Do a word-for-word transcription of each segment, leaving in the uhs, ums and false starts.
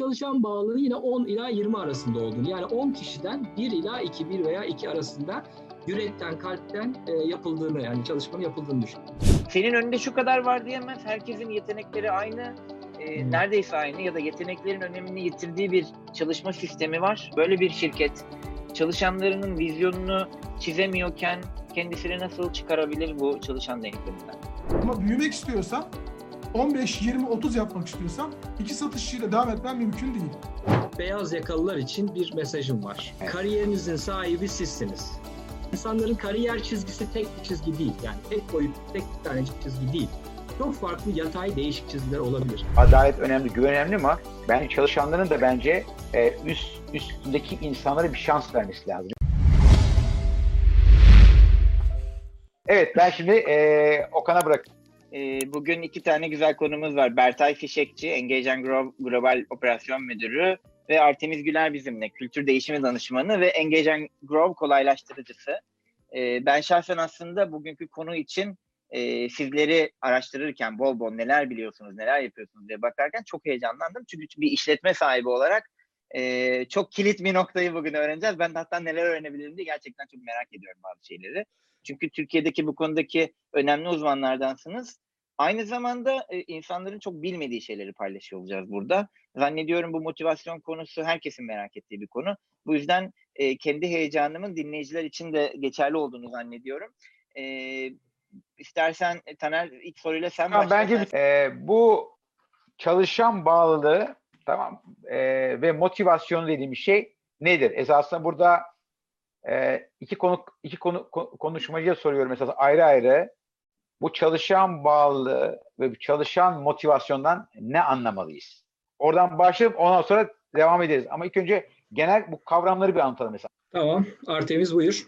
çalışan bağlılığı yine on ila yirmi arasında olduğunu, yani on kişiden bir ila iki, bir veya iki arasında yürekten, kalpten e, yapıldığını, yani çalışmanın yapıldığını düşün. Senin önünde şu kadar var diyemez. Herkesin yetenekleri aynı. E, hmm. Neredeyse aynı ya da yeteneklerin önemini yitirdiği bir çalışma sistemi var. Böyle bir şirket çalışanlarının vizyonunu çizemiyorken kendisini nasıl çıkarabilir bu çalışan denkleminden? Ama büyümek istiyorsam, on beş, yirmi, otuz yapmak istiyorsam iki satışçıyla devam etmem mümkün değil. Beyaz yakalılar için bir mesajım var. Evet. Kariyerinizin sahibi sizsiniz. İnsanların kariyer çizgisi tek bir çizgi değil. Yani tek boyut, tek bir tanecik çizgi değil. Çok farklı yatay değişik çizgiler olabilir. Adalet önemli, güven önemli ama ben çalışanların da bence e, üst üstündeki insanlara bir şans vermesi lazım. Evet, ben şimdi e, Okan'a bırakayım. E, bugün iki tane güzel konumuz var. Bertay Fişekçi, Engage and Grow Global Operasyon Müdürü ve Artemiz Güler bizimle, kültür değişimi danışmanı ve Engage and Grow kolaylaştırıcısı. E, ben şahsen aslında bugünkü konu için e, sizleri araştırırken bol bol neler biliyorsunuz, neler yapıyorsunuz diye bakarken çok heyecanlandım. Çünkü bir işletme sahibi olarak e, çok kilit bir noktayı bugün öğreneceğiz. Ben de hatta neler öğrenebilirim diye gerçekten çok merak ediyorum bazı şeyleri. Çünkü Türkiye'deki bu konudaki önemli uzmanlardansınız. Aynı zamanda e, insanların çok bilmediği şeyleri paylaşıyor olacağız burada. Zannediyorum bu motivasyon konusu herkesin merak ettiği bir konu. Bu yüzden e, kendi heyecanımın dinleyiciler için de geçerli olduğunu zannediyorum. E, istersen Taner ilk soruyla sen tamam, başla. Bence e, bu çalışan bağlılığı tamam e, ve motivasyonu dediğim şey nedir? Esasında burada e, iki konu iki konu konuşmacıya soruyorum esasında ayrı ayrı. Bu çalışan bağlılığı ve bu çalışan motivasyondan ne anlamalıyız? Oradan başlayıp ondan sonra devam ederiz. Ama ilk önce genel bu kavramları bir anlatalım mesela. Tamam. Artemiz buyur.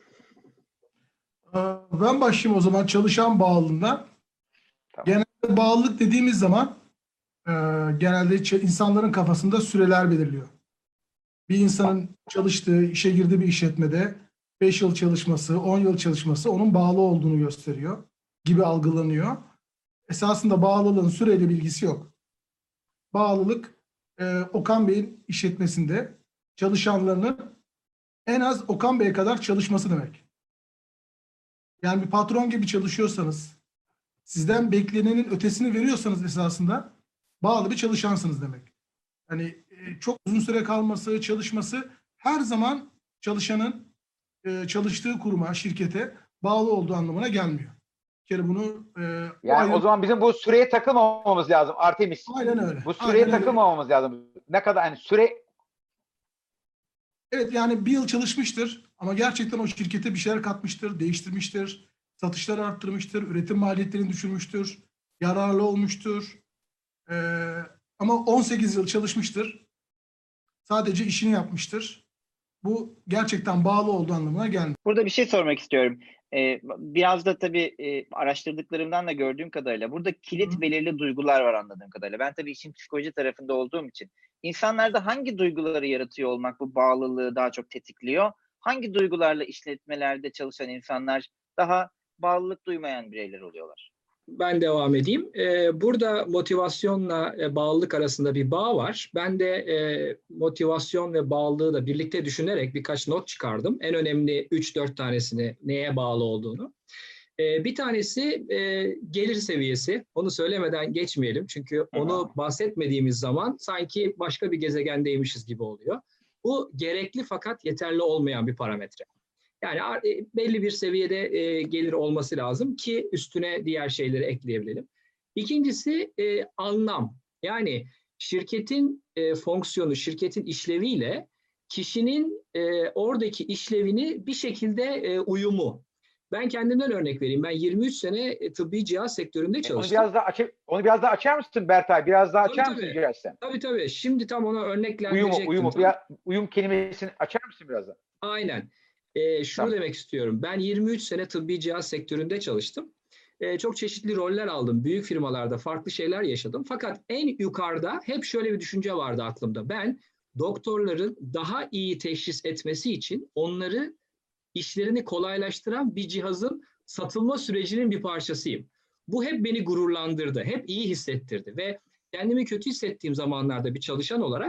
Ben başlayayım o zaman çalışan bağlılığından. Tamam. Genelde bağlılık dediğimiz zaman e, genelde insanların kafasında süreler belirliyor. Bir insanın çalıştığı, işe girdiği bir işletmede beş yıl çalışması, on yıl çalışması onun bağlı olduğunu gösteriyor gibi algılanıyor. Esasında bağlılığın süreyle bilgisi yok. Bağlılık e, Okan Bey'in işletmesinde çalışanlarının en az Okan Bey'e kadar çalışması demek. Yani bir patron gibi çalışıyorsanız, sizden beklenenin ötesini veriyorsanız esasında bağlı bir çalışansınız demek. Yani e, çok uzun süre kalması, çalışması her zaman çalışanın e, çalıştığı kuruma, şirkete bağlı olduğu anlamına gelmiyor. Bir kere bunu e, yani o, o zaman bizim bu süreye takılmamamız lazım Artemis. Aynen öyle. Bu süreye Aynen takılmamamız öyle. lazım. Ne kadar yani süre. Evet, yani bir yıl çalışmıştır ama gerçekten o şirkete bir şeyler katmıştır, değiştirmiştir, satışları arttırmıştır, üretim maliyetlerini düşürmüştür, yararlı olmuştur. Ee, ama on sekiz yıl çalışmıştır, sadece işini yapmıştır. Bu gerçekten bağlı olduğu anlamına gelmiyor. Burada bir şey sormak istiyorum. Ee, biraz da tabii e, araştırdıklarımdan da gördüğüm kadarıyla burada kilit Hı. belirli duygular var anladığım kadarıyla. Ben tabii işin psikoloji tarafında olduğum için. İnsanlarda hangi duyguları yaratıyor olmak bu bağlılığı daha çok tetikliyor? Hangi duygularla işletmelerde çalışan insanlar daha bağlılık duymayan bireyler oluyorlar? Ben devam edeyim. Ee, burada motivasyonla e, bağlılık arasında bir bağ var. Ben de e, motivasyon ve bağlılığı da birlikte düşünerek birkaç not çıkardım. En önemli üç dört tanesini neye bağlı olduğunu. E, bir tanesi e, gelir seviyesi. Onu söylemeden geçmeyelim. Çünkü onu bahsetmediğimiz zaman sanki başka bir gezegendeymişiz gibi oluyor. Bu gerekli fakat yeterli olmayan bir parametre. Yani belli bir seviyede e, gelir olması lazım ki üstüne diğer şeyleri ekleyebilelim. İkincisi e, anlam. Yani şirketin e, fonksiyonu, şirketin işleviyle kişinin e, oradaki işlevini bir şekilde e, uyumu. Ben kendimden örnek vereyim. Ben yirmi üç sene e, tıbbi cihaz sektöründe çalıştım. Onu biraz daha, aç onu biraz daha açar mısın Bertay? Biraz daha tabii, açar tabii. mısın Cihaz'sen? Tabii tabii. Şimdi tam ona örneklendirecektim. Uyumu, uyumu, biraz, uyum kelimesini açar mısın biraz daha? Aynen. E, şunu tamam. demek istiyorum. Ben yirmi üç sene tıbbi cihaz sektöründe çalıştım. E, çok çeşitli roller aldım. Büyük firmalarda farklı şeyler yaşadım. Fakat en yukarıda hep şöyle bir düşünce vardı aklımda. Ben doktorların daha iyi teşhis etmesi için onları işlerini kolaylaştıran bir cihazın satılma sürecinin bir parçasıyım. Bu hep beni gururlandırdı. Hep iyi hissettirdi ve kendimi kötü hissettiğim zamanlarda bir çalışan olarak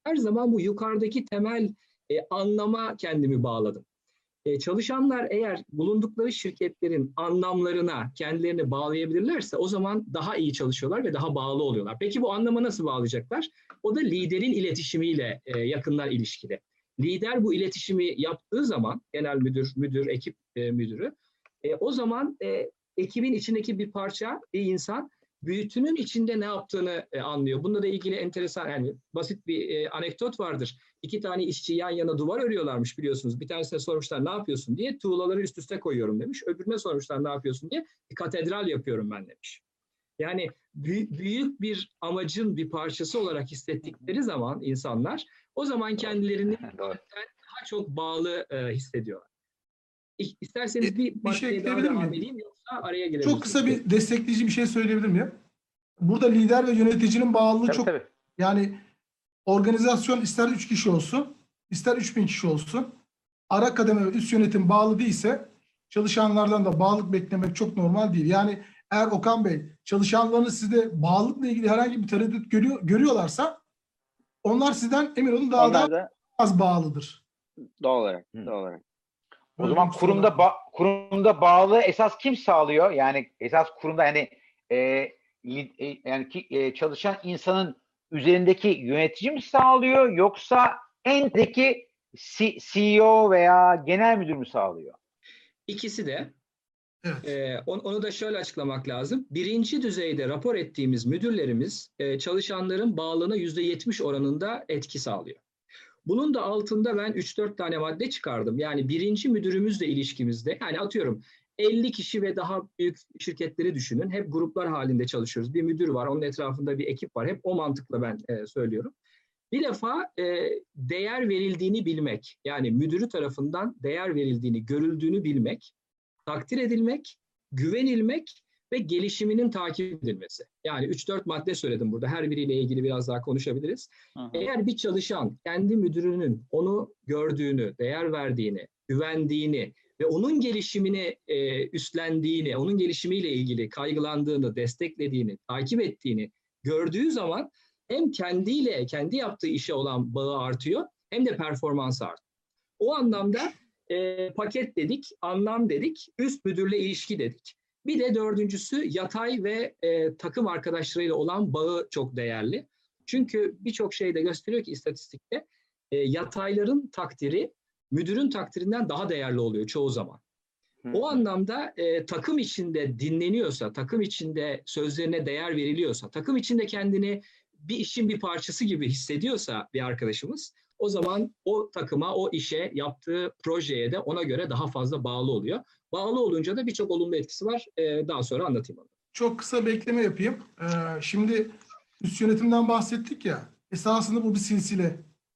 Her zaman bu yukarıdaki temel e, anlama kendimi bağladım. E, çalışanlar eğer bulundukları şirketlerin anlamlarına kendilerini bağlayabilirlerse o zaman daha iyi çalışıyorlar ve daha bağlı oluyorlar. Peki bu anlama nasıl bağlayacaklar? O da liderin iletişimiyle e, yakından ilişkili. Lider bu iletişimi yaptığı zaman, genel müdür, müdür, ekip e, müdürü, e, o zaman e, ekibin içindeki bir parça, bir insan bütünün içinde ne yaptığını e, anlıyor. Bununla da ilgili enteresan, yani basit bir e, anekdot vardır. İki tane işçi yan yana duvar örüyorlarmış biliyorsunuz. Bir tanesine sormuşlar ne yapıyorsun diye, tuğlaları üst üste koyuyorum demiş. Öbürüne sormuşlar ne yapıyorsun diye, bir katedral yapıyorum ben demiş. Yani büyük, büyük bir amacın bir parçası olarak hissettikleri zaman insanlar, o zaman kendilerini daha çok bağlı e, hissediyorlar. İsterseniz bir, bir şey ekleyebilir miyim? edeyim, yoksa araya girelim. Çok kısa bir destekleyici bir şey söyleyebilir miyim? Burada lider ve yöneticinin bağlılığı Tabii, çok, tabii. yani organizasyon ister üç kişi olsun, ister üç bin kişi olsun, ara kademe ve üst yönetim bağlı değilse çalışanlardan da bağlılık beklemek çok normal değil. Yani eğer Okan Bey çalışanlarınız sizde bağlılıkla ilgili herhangi bir tereddüt görüyor, görüyorlarsa onlar sizden emin olun daha Onlar da da az bağlıdır. doğal olarak, Hı. doğal olarak. O zaman kurumda ba- kurumda bağlı esas kim sağlıyor? Yani esas kurumda yani e, e, yani ki e, çalışan insanın üzerindeki yönetici mi sağlıyor, yoksa endeki C E O veya genel müdür mü sağlıyor? İkisi de. Evet. Ee, onu, onu da şöyle açıklamak lazım. Birinci düzeyde rapor ettiğimiz müdürlerimiz e, çalışanların bağlılığına yüzde yetmiş oranında etki sağlıyor. Bunun da altında ben üç dört tane madde çıkardım. Yani birinci müdürümüzle ilişkimizde, yani atıyorum elli kişi ve daha büyük şirketleri düşünün. Hep gruplar halinde çalışıyoruz. Bir müdür var, onun etrafında bir ekip var. Hep o mantıkla ben e, söylüyorum. Bir defa e, değer verildiğini bilmek, yani müdürü tarafından değer verildiğini, görüldüğünü bilmek, takdir edilmek, güvenilmek ve gelişiminin takip edilmesi. Yani üç dört madde söyledim burada. Her biriyle ilgili biraz daha konuşabiliriz. Hı hı. Eğer bir çalışan kendi müdürünün onu gördüğünü, değer verdiğini, güvendiğini ve onun gelişimini e, üstlendiğini, onun gelişimiyle ilgili kaygılandığını, desteklediğini, takip ettiğini gördüğü zaman hem kendiyle, kendi yaptığı işe olan bağı artıyor, hem de performansı artıyor. O anlamda e, paket dedik, anlam dedik, üst müdürle ilişki dedik. Bir de dördüncüsü yatay ve e, takım arkadaşlarıyla olan bağı çok değerli. Çünkü birçok şey de gösteriyor ki istatistikte e, yatayların takdiri müdürün takdirinden daha değerli oluyor çoğu zaman. O anlamda e, takım içinde dinleniyorsa, takım içinde sözlerine değer veriliyorsa, takım içinde kendini bir işin bir parçası gibi hissediyorsa bir arkadaşımız, o zaman o takıma, o işe, yaptığı projeye de ona göre daha fazla bağlı oluyor. Bağlı olunca da birçok olumlu etkisi var. Ee, daha sonra anlatayım onu. Çok kısa bir ekleme yapayım. Ee, şimdi üst yönetimden bahsettik ya. Esasında bu bir silsile.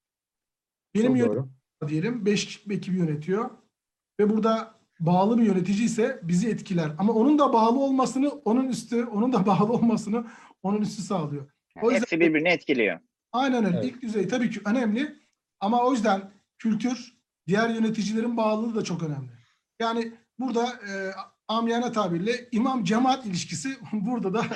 Benim Çok yönetim doğru. diyelim beş ekibi yönetiyor. Ve burada bağlı bir yönetici ise bizi etkiler. Ama onun da bağlı olmasını, onun üstü, onun da bağlı olmasını onun üstü sağlıyor. O yüzden, Hepsi birbirini etkiliyor. aynen öyle. Evet. İlk düzey tabii ki önemli. Ama o yüzden kültür, diğer yöneticilerin bağlılığı da çok önemli. Yani burada e, amiyane tabirle imam cemaat ilişkisi burada da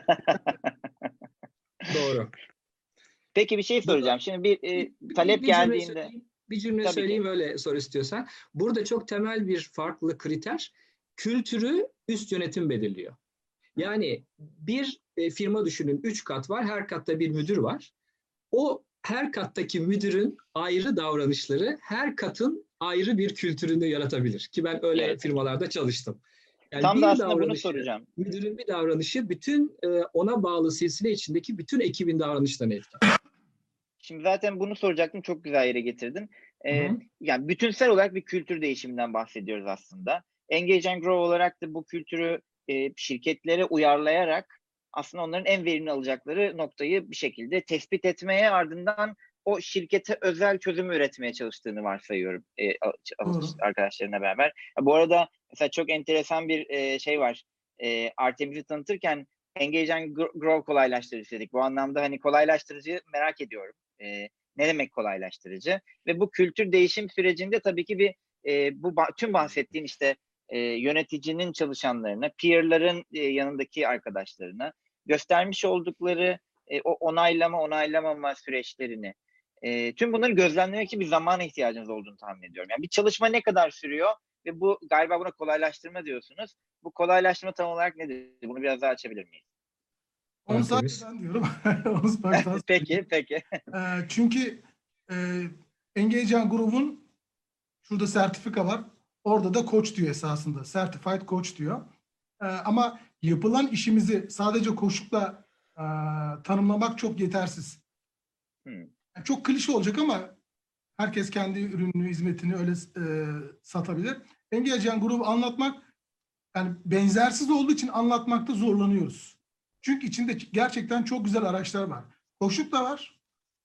Doğru. Peki bir şey soracağım. Şimdi bir e, talep bir cümle geldiğinde söyleyeyim, bir cümle Tabii söyleyeyim ki. öyle sor istiyorsan. Burada çok temel bir farklı kriter, kültürü üst yönetim belirliyor. Yani bir e, firma düşünün, üç kat var, her katta bir müdür var. O her kattaki müdürün ayrı davranışları her katın ayrı bir kültürünü yaratabilir. Ki ben öyle Yaratabilir. firmalarda çalıştım. Yani Tam bir da aslında bunu davranışı, soracağım. müdürün bir davranışı bütün e, ona bağlı silsile içindeki bütün ekibin davranışlarını etkiler. Şimdi zaten bunu soracaktım. Çok güzel yere getirdin. Ee, Hı hı. Yani bütünsel olarak bir kültür değişiminden bahsediyoruz aslında. Engage and Grow olarak da bu kültürü e, şirketlere uyarlayarak aslında onların en verimli alacakları noktayı bir şekilde tespit etmeye, ardından o şirkete özel çözüm üretmeye çalıştığını varsayıyorum e, Doğru. arkadaşlarına beraber. Bu arada mesela çok enteresan bir e, şey var. E, Artemis'i tanıtırken Engage and Grow kolaylaştırıcı dedik. Bu anlamda hani kolaylaştırıcı merak ediyorum. E, ne demek kolaylaştırıcı? Ve bu kültür değişim sürecinde tabii ki bir e, bu tüm bahsettiğin işte e, yöneticinin çalışanlarına, peer'ların e, yanındaki arkadaşlarına göstermiş oldukları e, o onaylama onaylamama süreçlerini E, tüm bunları gözlemlemek için bir zamana ihtiyacınız olduğunu tahmin ediyorum. Yani bir çalışma ne kadar sürüyor ve bu galiba buna kolaylaştırma diyorsunuz. Bu kolaylaştırma tam olarak nedir? Bunu biraz daha açabilir miyiz? Onu sadece ben diyorum. Onu baştan Peki, peki. E, çünkü e, Engage Group'un şurada sertifika var. Orada da coach diyor esasında. Certified Coach diyor. E, ama yapılan işimizi sadece koçlukla e, tanımlamak çok yetersiz. Hmm. Yani çok klişe olacak ama herkes kendi ürününü, hizmetini öyle e, satabilir. Engage Group'u anlatmak yani benzersiz olduğu için anlatmakta zorlanıyoruz. Çünkü içinde gerçekten çok güzel araçlar var. Koçluk da var.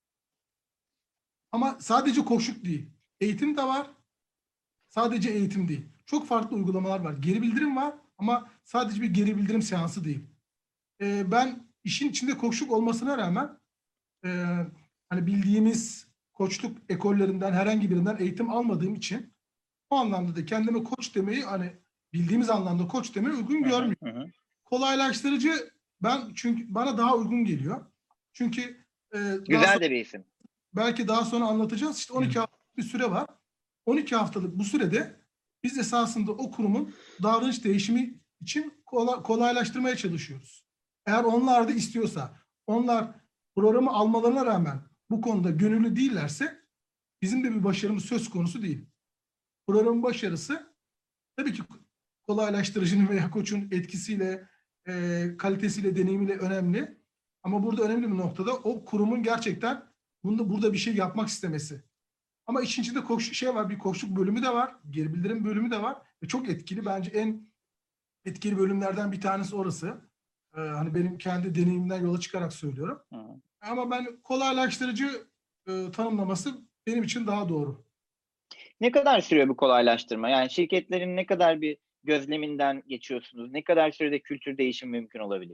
Ama sadece koçluk değil. Eğitim de var. Sadece eğitim değil. Çok farklı uygulamalar var. Geri bildirim var ama sadece bir geri bildirim seansı değil. Ee, ben işin içinde koçluk olmasına rağmen e, hani bildiğimiz koçluk ekollerinden herhangi birinden eğitim almadığım için o anlamda da kendime koç demeyi hani bildiğimiz anlamda koç demeyi uygun görmüyorum. Hı hı. Kolaylaştırıcı ben çünkü bana daha uygun geliyor. Çünkü e, güzel sonra, de bir isim. belki daha sonra anlatacağız. İşte on iki haftalık bir süre var. on iki haftalık bu sürede biz esasında o kurumun davranış değişimi için kolay, kolaylaştırmaya çalışıyoruz. Eğer onlar da istiyorsa, onlar programı almalarına rağmen bu konuda gönüllü değillerse bizim de bir başarımız söz konusu değil. Programın başarısı tabii ki kolaylaştırıcının veya koçun etkisiyle, e, kalitesiyle, deneyimiyle önemli. Ama burada önemli bir noktada o kurumun gerçekten bunda burada bir şey yapmak istemesi. Ama işin içinde koç, şey var, bir koçluk bölümü de var, geri bildirim bölümü de var ve çok etkili. Bence en etkili bölümlerden bir tanesi orası. Ee, hani benim kendi deneyimimden yola çıkarak söylüyorum. Hı. Ama ben kolaylaştırıcı e, tanımlaması benim için daha doğru. Ne kadar sürüyor bu kolaylaştırma? Yani şirketlerin ne kadar bir gözleminden geçiyorsunuz? Ne kadar sürede kültür değişimi mümkün olabiliyor?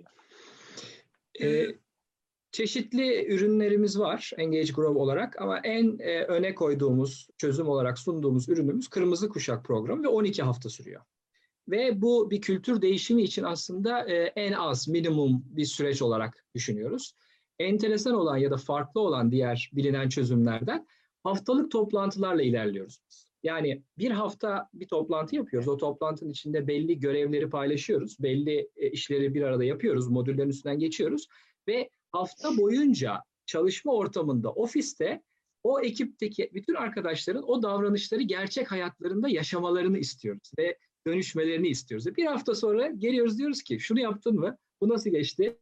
Ee, çeşitli ürünlerimiz var Engage Grow olarak ama en e, öne koyduğumuz, çözüm olarak sunduğumuz ürünümüz Kırmızı Kuşak programı ve on iki hafta sürüyor. Ve bu bir kültür değişimi için aslında e, en az, minimum bir süreç olarak düşünüyoruz. Enteresan olan ya da farklı olan diğer bilinen çözümlerden haftalık toplantılarla ilerliyoruz. Yani bir hafta bir toplantı yapıyoruz. O toplantının içinde belli görevleri paylaşıyoruz. Belli e, işleri bir arada yapıyoruz. Modüllerin üstünden geçiyoruz. Ve hafta boyunca çalışma ortamında, ofiste o ekipteki bütün arkadaşların o davranışları gerçek hayatlarında yaşamalarını istiyoruz. Ve dönüşmelerini istiyoruz. Bir hafta sonra geliyoruz diyoruz ki şunu yaptın mı? Bu nasıl geçti?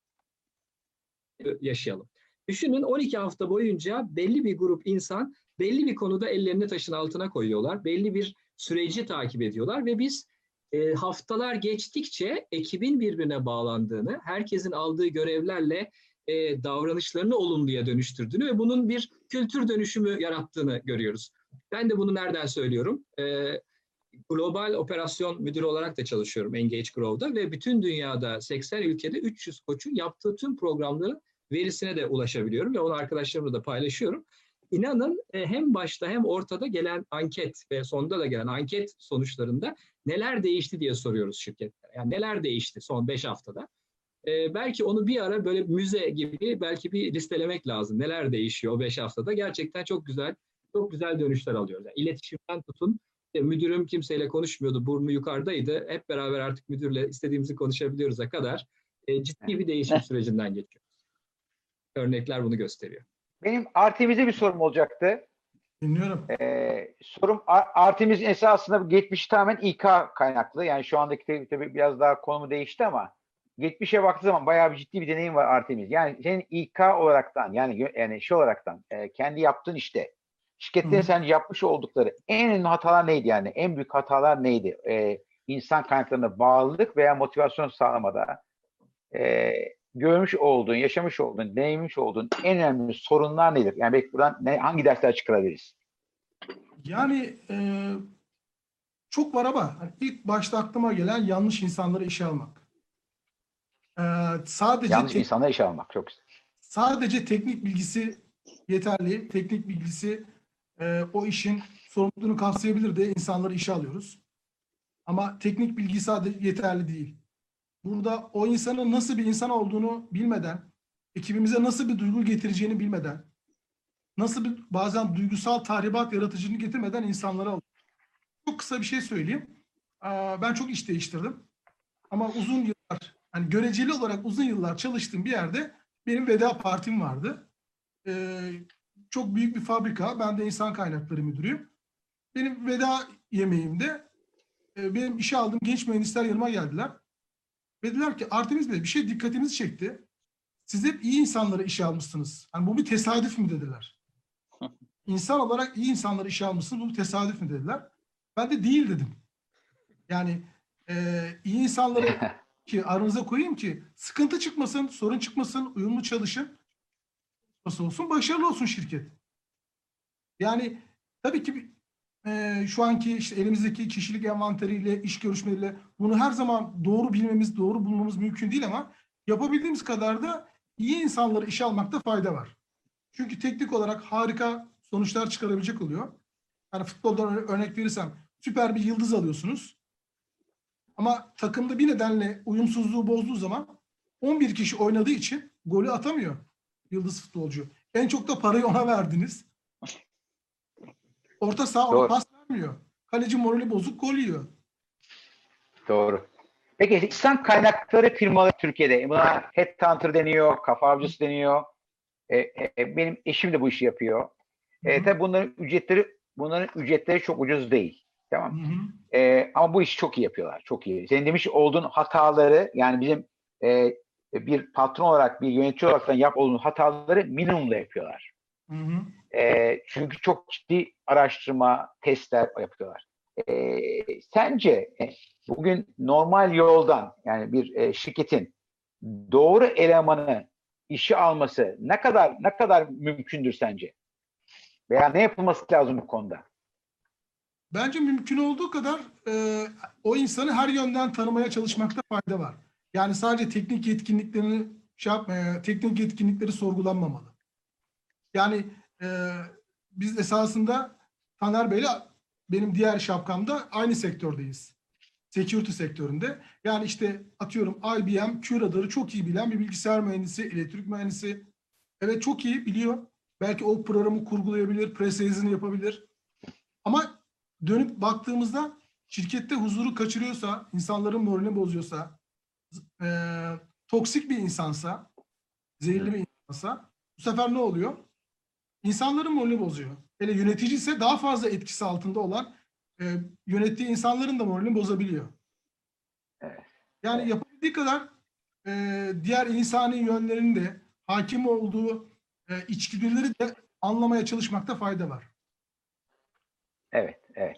Yaşayalım. Düşünün on iki hafta boyunca belli bir grup insan belli bir konuda ellerini taşın altına koyuyorlar. Belli bir süreci takip ediyorlar ve biz e, haftalar geçtikçe ekibin birbirine bağlandığını, herkesin aldığı görevlerle e, davranışlarını olumluya dönüştürdüğünü ve bunun bir kültür dönüşümü yarattığını görüyoruz. Ben de bunu nereden söylüyorum? E, Global operasyon müdürü olarak da çalışıyorum Engage Grow'da ve bütün dünyada seksen ülkede üç yüz koçun yaptığı tüm programların verisine de ulaşabiliyorum ve onu arkadaşlarımla da paylaşıyorum. İnanın hem başta hem ortada gelen anket ve sonda da gelen anket sonuçlarında neler değişti diye soruyoruz şirketlere. Yani neler değişti son beş haftada? Ee, belki onu bir ara böyle müze gibi belki bir listelemek lazım. Neler değişiyor o beş haftada? Gerçekten çok güzel, çok güzel dönüşler alıyoruz. Yani iletişimden tutun. Müdürüm kimseyle konuşmuyordu, burnu yukarıdaydı. Hep beraber artık müdürle istediğimizi konuşabiliyoruz'a kadar e, ciddi bir değişim sürecinden geçiyoruz. Örnekler bunu gösteriyor. Benim Artemis'e bir sorum olacaktı. Dinliyorum. Ee, sorum Artemis'in esasında geçmişi tamamen İK kaynaklı. Yani şu andaki tabii, tabii biraz daha konumu değişti ama geçmişe baktığı zaman bayağı bir ciddi bir deneyim var Artemis. Yani senin İK olaraktan yani yani şey olaraktan e, kendi yaptığın işte şirketlerin sen yapmış oldukları en önemli hatalar neydi yani? En büyük hatalar neydi? Ee, insan kaynaklarına bağlılık veya motivasyon sağlamada e, görmüş olduğun, yaşamış olduğun, deneyimmiş olduğun en önemli sorunlar nedir? Yani belki buradan ne, hangi dersler çıkarabiliriz? Yani e, çok var ama hani ilk başta aklıma gelen yanlış insanları işe almak. E, sadece Yanlış tek, insanları işe almak. Çok güzel. sadece teknik bilgisi yeterli. Teknik bilgisi e, o işin sorumluluğunu kapsayabilir de insanları işe alıyoruz. Ama teknik bilgi sadece yeterli değil. Burada o insanın nasıl bir insan olduğunu bilmeden, ekibimize nasıl bir duygu getireceğini bilmeden, nasıl bir bazen duygusal tahribat yaratıcılığını getirmeden insanlara alıyor. Çok kısa bir şey söyleyeyim. Ben çok iş değiştirdim. Ama uzun yıllar, hani göreceli olarak uzun yıllar çalıştığım bir yerde benim veda partim vardı. Ee, çok büyük bir fabrika. Ben de insan kaynakları müdürüyüm. Benim veda yemeğimde e, benim işe aldığım genç mühendisler yanıma geldiler. Dediler ki Artemis Bey bir şey dikkatimizi çekti. Siz hep iyi insanları işe almışsınız. Hani bu bir tesadüf mü dediler. İnsan olarak iyi insanları işe almışsınız. Bu bir tesadüf mü dediler. Ben de değil dedim. Yani e, iyi insanları ki aranıza koyayım ki sıkıntı çıkmasın, sorun çıkmasın, uyumlu çalışın. Nasıl olsun, başarılı olsun şirket. Yani tabii ki e, şu anki işte elimizdeki kişilik envanteriyle, iş görüşmeleriyle bunu her zaman doğru bilmemiz, doğru bulmamız mümkün değil ama yapabildiğimiz kadar da iyi insanları işe almakta fayda var. Çünkü teknik olarak harika sonuçlar çıkarabilecek oluyor. Hani futboldan örnek verirsem süper bir yıldız alıyorsunuz. Ama takımda bir nedenle uyumsuzluğu bozduğu zaman on bir kişi oynadığı için golü atamıyor yıldız futbolcu. En çok da parayı ona verdiniz. Orta saha ona pas vermiyor. Kaleci morali bozuk gol yiyor. Doğru. Peki insan kaynakları firmaları Türkiye'de buna headhunter deniyor, kafa avcısı deniyor. E, e, benim eşim de bu işi yapıyor. E, tabii bunların ücretleri bunların ücretleri çok ucuz değil. Tamam. Hı hı. E, ama bu işi çok iyi yapıyorlar. Çok iyi. Senin demiş olduğun hataları yani bizim e, bir patron olarak, bir yönetici olarak yap olduğun hataları minimumda yapıyorlar. Hı hı. E, çünkü çok ciddi araştırma, testler yapıyorlar. E, sence bugün normal yoldan yani bir e, şirketin doğru elemanı işe alması ne kadar ne kadar mümkündür sence? Veya ne yapılması lazım bu konuda? Bence mümkün olduğu kadar e, o insanı her yönden tanımaya çalışmakta fayda var. Yani sadece teknik yetkinliklerini şey yapmaya, teknik yetkinlikleri sorgulanmamalı. Yani e, biz esasında Taner Bey'le benim diğer şapkamda aynı sektördeyiz. Security sektöründe. Yani işte atıyorum I B M Q radarı çok iyi bilen bir bilgisayar mühendisi, elektrik mühendisi. Evet çok iyi biliyor. Belki o programı kurgulayabilir, pre-sales'ini yapabilir. Ama dönüp baktığımızda şirkette huzuru kaçırıyorsa, insanların moralini bozuyorsa, e, toksik bir insansa, zehirli bir insansa bu sefer ne oluyor? İnsanların moralini bozuyor. Hele yönetici ise daha fazla etkisi altında olan e, yönettiği insanların da moralini bozabiliyor. Yani yapabildiği kadar e, diğer insani yönlerini de hakim olduğu e, içgüdüleri de anlamaya çalışmakta fayda var. Evet, evet.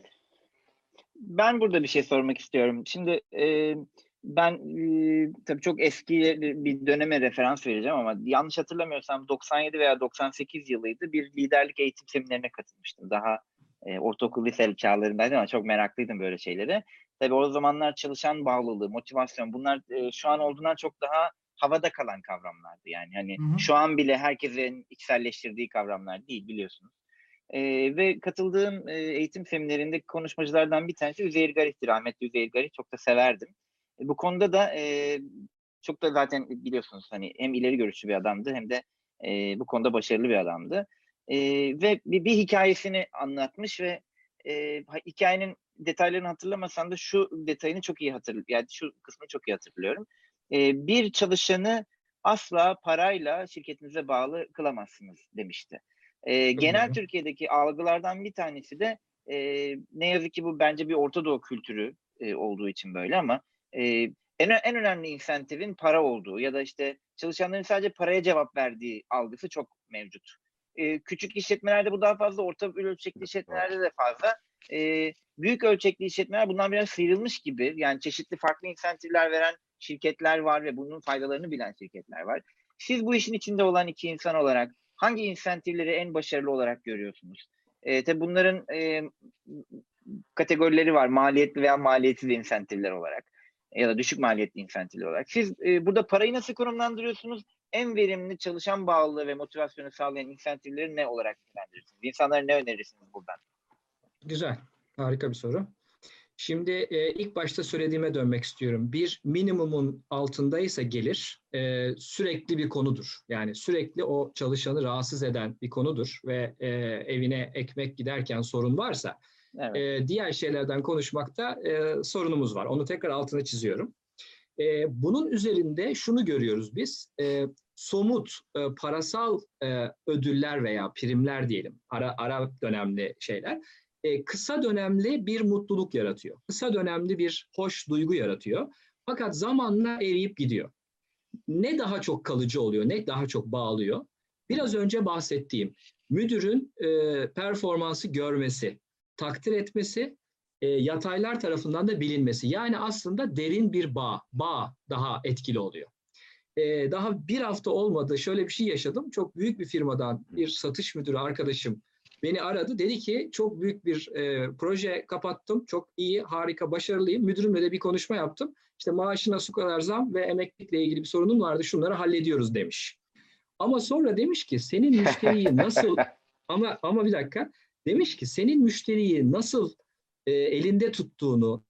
Ben burada bir şey sormak istiyorum. Şimdi e, ben e, tabii çok eski bir döneme referans vereceğim ama yanlış hatırlamıyorsam doksan yedi veya doksan sekiz yılıydı. Bir liderlik eğitim seminerine katılmıştım. Daha e, ortaokul lise çağlarındaydım ama çok meraklıydım böyle şeylere. Tabii o zamanlar çalışan bağlılığı, motivasyon bunlar e, şu an olduğundan çok daha havada kalan kavramlardı. Yani hani hı hı. Şu an bile herkesin içselleştirdiği kavramlar değil biliyorsunuz. Ee, ve katıldığım e, eğitim seminerindeki konuşmacılardan bir tanesi Üzeyir Garip'ti. Rahmetli Üzeyir Garip. Çok da severdim. E, bu konuda da e, çok da zaten biliyorsunuz hani hem ileri görüşlü bir adamdı hem de e, bu konuda başarılı bir adamdı. E, ve bir, bir hikayesini anlatmış ve e, hikayenin detaylarını hatırlamasam da şu detayını çok iyi hatırlıyorum. Yani şu kısmını çok iyi hatırlıyorum. E, bir çalışanı asla parayla şirketinize bağlı kılamazsınız demişti. E, genel hı. Türkiye'deki algılardan bir tanesi de e, ne yazık ki bu bence bir Orta Doğu kültürü e, olduğu için böyle ama e, en, en önemli insentifin para olduğu ya da işte çalışanların sadece paraya cevap verdiği algısı çok mevcut. E, küçük işletmelerde bu daha fazla, orta ölçekli işletmelerde de fazla. E, büyük ölçekli işletmeler bundan biraz sıyrılmış gibi. Yani çeşitli farklı insentifler veren şirketler var ve bunun faydalarını bilen şirketler var. Siz bu işin içinde olan iki insan olarak hangi insentifleri en başarılı olarak görüyorsunuz? E, tabii bunların e, kategorileri var. Maliyetli veya maliyetsiz insentifler olarak ya da düşük maliyetli insentifler olarak. Siz e, burada parayı nasıl konumlandırıyorsunuz? En verimli çalışan bağlılığı ve motivasyonu sağlayan insentifleri ne olarak nitelendirirsiniz? İnsanlara ne önerirsiniz buradan? Güzel. Harika bir soru. Şimdi e, ilk başta söylediğime dönmek istiyorum. Bir minimumun altındaysa gelir e, sürekli bir konudur. Yani sürekli o çalışanı rahatsız eden bir konudur ve e, evine ekmek giderken sorun varsa Evet. e, diğer şeylerden konuşmakta e, sorunumuz var. Onu tekrar altına çiziyorum. E, bunun üzerinde şunu görüyoruz biz. E, somut e, parasal e, ödüller veya primler diyelim. Ara, ara dönemli şeyler. E, kısa dönemli bir mutluluk yaratıyor. Kısa dönemli bir hoş duygu yaratıyor. Fakat zamanla eriyip gidiyor. Ne daha çok kalıcı oluyor, ne daha çok bağlıyor? Biraz önce bahsettiğim müdürün e, performansı görmesi, takdir etmesi, e, yataylar tarafından da bilinmesi. Yani aslında derin bir bağ, bağ daha etkili oluyor. E, daha bir hafta olmadı, şöyle bir şey yaşadım. Çok büyük bir firmadan bir satış müdürü arkadaşım beni aradı. Dedi ki çok büyük bir e, proje kapattım. Çok iyi, harika, başarılıyım. Müdürümle de bir konuşma yaptım. İşte maaşına su kadar zam ve emeklilikle ilgili bir sorunum vardı. Şunları hallediyoruz demiş. Ama sonra demiş ki senin müşteriyi nasıl ama ama bir dakika demiş ki senin müşteriyi nasıl e, elinde tuttuğunu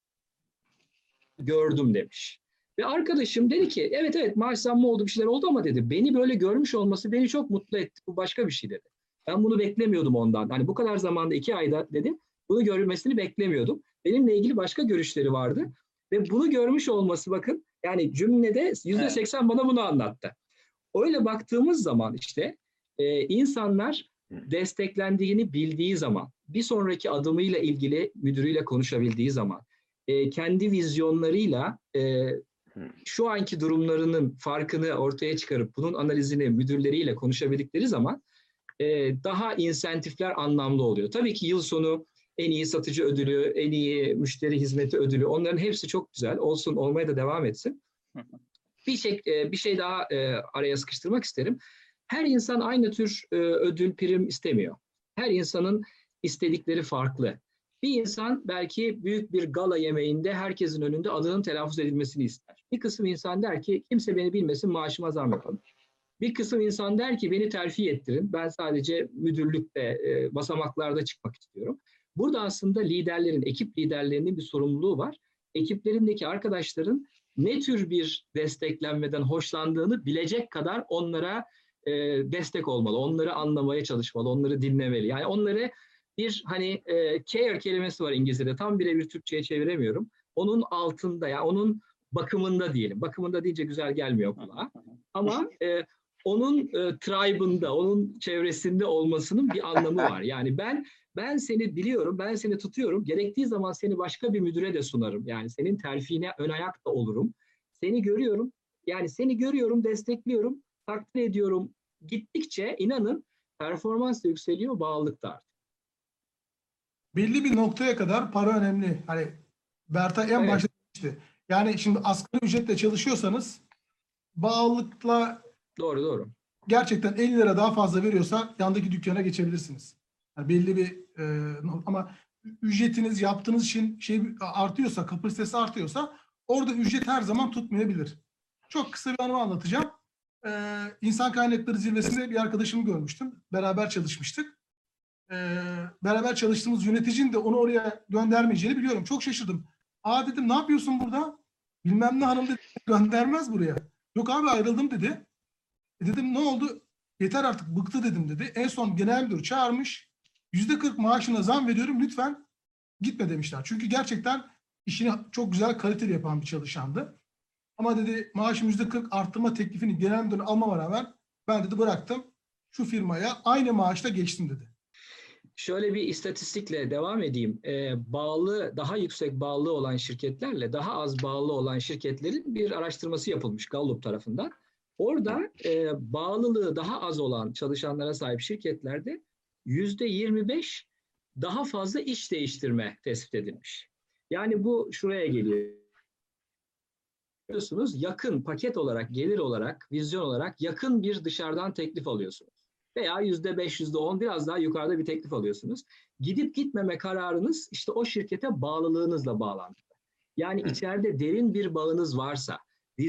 gördüm demiş. Ve arkadaşım dedi ki evet evet maaş zammı oldu bir şeyler oldu ama dedi beni böyle görmüş olması beni çok mutlu etti. Bu başka bir şey dedi. Ben bunu beklemiyordum ondan. Hani bu kadar zamanda iki ayda dedi bunu görülmesini beklemiyordum. Benimle ilgili başka görüşleri vardı. Ve bunu görmüş olması bakın yani cümlede yüzde seksen bana bunu anlattı. Öyle baktığımız zaman işte e, insanlar desteklendiğini bildiği zaman, bir sonraki adımıyla ilgili müdürüyle konuşabildiği zaman, e, kendi vizyonlarıyla e, şu anki durumlarının farkını ortaya çıkarıp bunun analizini müdürleriyle konuşabildikleri zaman e, daha insentifler anlamlı oluyor. Tabii ki yıl sonu en iyi satıcı ödülü, en iyi müşteri hizmeti ödülü onların hepsi çok güzel olsun olmaya da devam etsin. Bir şey, bir şey daha e, araya sıkıştırmak isterim. Her insan aynı tür e, ödül, prim istemiyor. Her insanın istedikleri farklı. Bir insan belki büyük bir gala yemeğinde herkesin önünde adının telaffuz edilmesini ister. Bir kısım insan der ki kimse beni bilmesin maaşıma zam yapalım. Bir kısım insan der ki beni terfi ettirin. Ben sadece müdürlükte, e, basamaklarda çıkmak istiyorum. Burada aslında liderlerin, ekip liderlerinin bir sorumluluğu var. Ekiplerindeki arkadaşların ne tür bir desteklenmeden hoşlandığını bilecek kadar onlara e, destek olmalı. Onları anlamaya çalışmalı, onları dinlemeli. Yani onları bir hani e, care kelimesi var İngilizce'de. Tam birebir Türkçe'ye çeviremiyorum. Onun altında yani onun bakımında diyelim. Bakımında deyince güzel gelmiyor kulağa. Ama e, onun e, tribe'ında, onun çevresinde olmasının bir anlamı var. Yani ben ben seni biliyorum, ben seni tutuyorum. Gerektiği zaman seni başka bir müdüre de sunarım. Yani senin terfine ön ayak da olurum. Seni görüyorum, yani seni görüyorum, destekliyorum, takdir ediyorum. Gittikçe inanın performans da yükseliyor, bağlılık da artıyor. Belli bir noktaya kadar para önemli. Hani Bertay en Evet. başta demişti. Yani şimdi asgari ücretle çalışıyorsanız bağlılıkla Doğru doğru. gerçekten elli lira daha fazla veriyorsa yandaki dükkana geçebilirsiniz. Yani belli bir e, ama ücretiniz yaptığınız için şey artıyorsa, kapasitesi artıyorsa orada ücret her zaman tutmayabilir. Çok kısa bir anımı anlatacağım. Ee, İnsan Kaynakları Zirvesi'nde bir arkadaşımı görmüştüm. Beraber çalışmıştık. Ee, beraber çalıştığımız yöneticinin de onu oraya göndermeyeceğini biliyorum. Çok şaşırdım. Aa dedim ne yapıyorsun burada? Bilmem ne hanım dedi göndermez buraya. Yok abi ayrıldım dedi. E dedim ne oldu? Yeter artık bıktı dedim dedi. En son genel müdür çağırmış. yüzde kırk maaşına zam veriyorum lütfen gitme demişler. Çünkü gerçekten işini çok güzel kaliteli yapan bir çalışandı. Ama dedi maaşım yüzde kırk arttırma teklifini genel müdürün almama rağmen ben dedi bıraktım. Şu firmaya aynı maaşla geçtim dedi. Şöyle bir istatistikle devam edeyim. Ee, bağlı, daha yüksek bağlı olan şirketlerle daha az bağlı olan şirketlerin bir araştırması yapılmış Gallup tarafından. Orada e, bağlılığı daha az olan çalışanlara sahip şirketlerde yüzde yirmi beş daha fazla iş değiştirme tespit edilmiş. Yani bu şuraya geliyor. Biliyorsunuz yakın paket olarak, gelir olarak, vizyon olarak yakın bir dışarıdan teklif alıyorsunuz. Veya yüzde beş, yüzde on biraz daha yukarıda bir teklif alıyorsunuz. Gidip gitmeme kararınız işte o şirkete bağlılığınızla bağlantılı. Yani Hı. içeride derin bir bağınız varsa,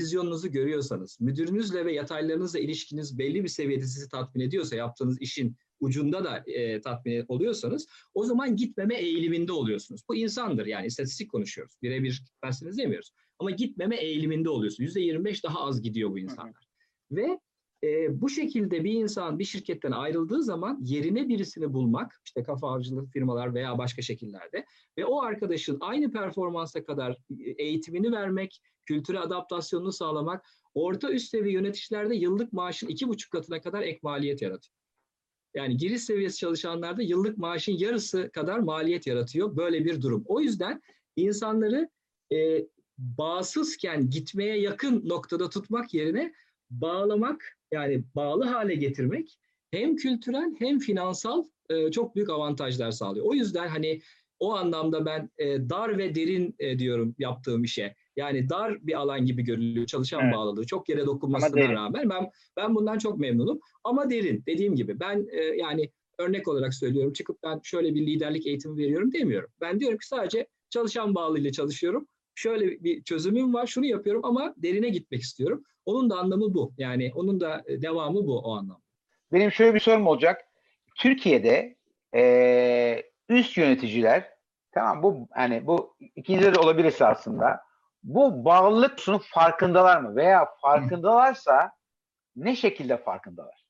vizyonunuzu görüyorsanız, müdürünüzle ve yataylarınızla ilişkiniz belli bir seviyede sizi tatmin ediyorsa, yaptığınız işin ucunda da e, tatmin oluyorsanız o zaman gitmeme eğiliminde oluyorsunuz. Bu insandır yani istatistik konuşuyoruz. Birebir gitmezsiniz demiyoruz. Ama gitmeme eğiliminde oluyorsunuz. yüzde yirmi beş daha az gidiyor bu insanlar. Ve e, bu şekilde bir insan bir şirketten ayrıldığı zaman yerine birisini bulmak, işte kafa avcılık firmalar veya başka şekillerde ve o arkadaşın aynı performansa kadar eğitimini vermek, kültüre adaptasyonunu sağlamak, orta üst seviye yöneticilerde yıllık maaşın iki buçuk katına kadar ek maliyet yaratıyor. Yani giriş seviyesi çalışanlarda yıllık maaşın yarısı kadar maliyet yaratıyor böyle bir durum. O yüzden insanları e, bağımsızken gitmeye yakın noktada tutmak yerine bağlamak, yani bağlı hale getirmek hem kültürel hem finansal e, çok büyük avantajlar sağlıyor. O yüzden hani o anlamda ben e, dar ve derin e, diyorum yaptığım işe. Yani dar bir alan gibi görülüyor çalışan evet. bağlılığı. Çok yere dokunmasına rağmen ben ben bundan çok memnunum. Ama derin, dediğim gibi ben e, yani örnek olarak söylüyorum, çıkıp ben şöyle bir liderlik eğitimi veriyorum demiyorum. Ben diyorum ki sadece çalışan bağlılığıyla çalışıyorum. Şöyle bir çözümüm var, şunu yapıyorum ama derine gitmek istiyorum. Onun da anlamı bu. Yani onun da devamı bu o anlamda. Benim şöyle bir sorum olacak. Türkiye'de e, üst yöneticiler, tamam bu hani bu ikincide de olabilirse aslında, bu bağlılık sunun farkındalar mı? Veya farkındalarsa ne şekilde farkındalar?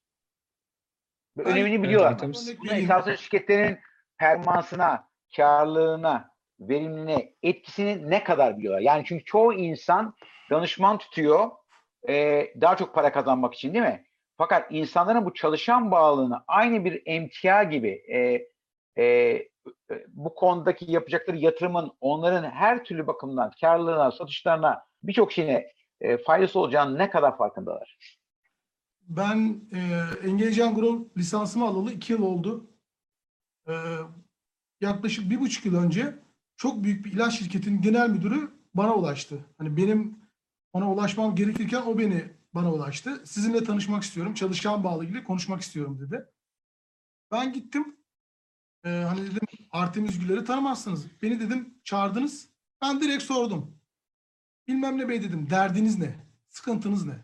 Ve Ben, önemini biliyorlar evet, mı? evet. Bunun esasında şirketlerin performansına, karlılığına, verimliliğine, etkisini ne kadar biliyorlar? Yani çünkü çoğu insan danışman tutuyor e, daha çok para kazanmak için, değil mi? Fakat insanların bu çalışan bağlılığını aynı bir emtia gibi e, e, bu konudaki yapacakları yatırımın onların her türlü bakımdan karlılığına, satışlarına, birçok şeyine e, faydası olacağını ne kadar farkındalar? Ben e, Engage Grow lisansımı alalı iki yıl oldu. E, yaklaşık bir buçuk yıl önce çok büyük bir ilaç şirketinin genel müdürü bana ulaştı. Hani benim ona ulaşmam gerekirken o beni bana ulaştı. Sizinle tanışmak istiyorum, çalışan bağlı ilgili konuşmak istiyorum dedi. Ben gittim. E, hani dedim Artemis Güller'i tanımazsınız. Beni dedim çağırdınız. Ben direkt sordum. Bilmem ne bey dedim. Derdiniz ne? Sıkıntınız ne?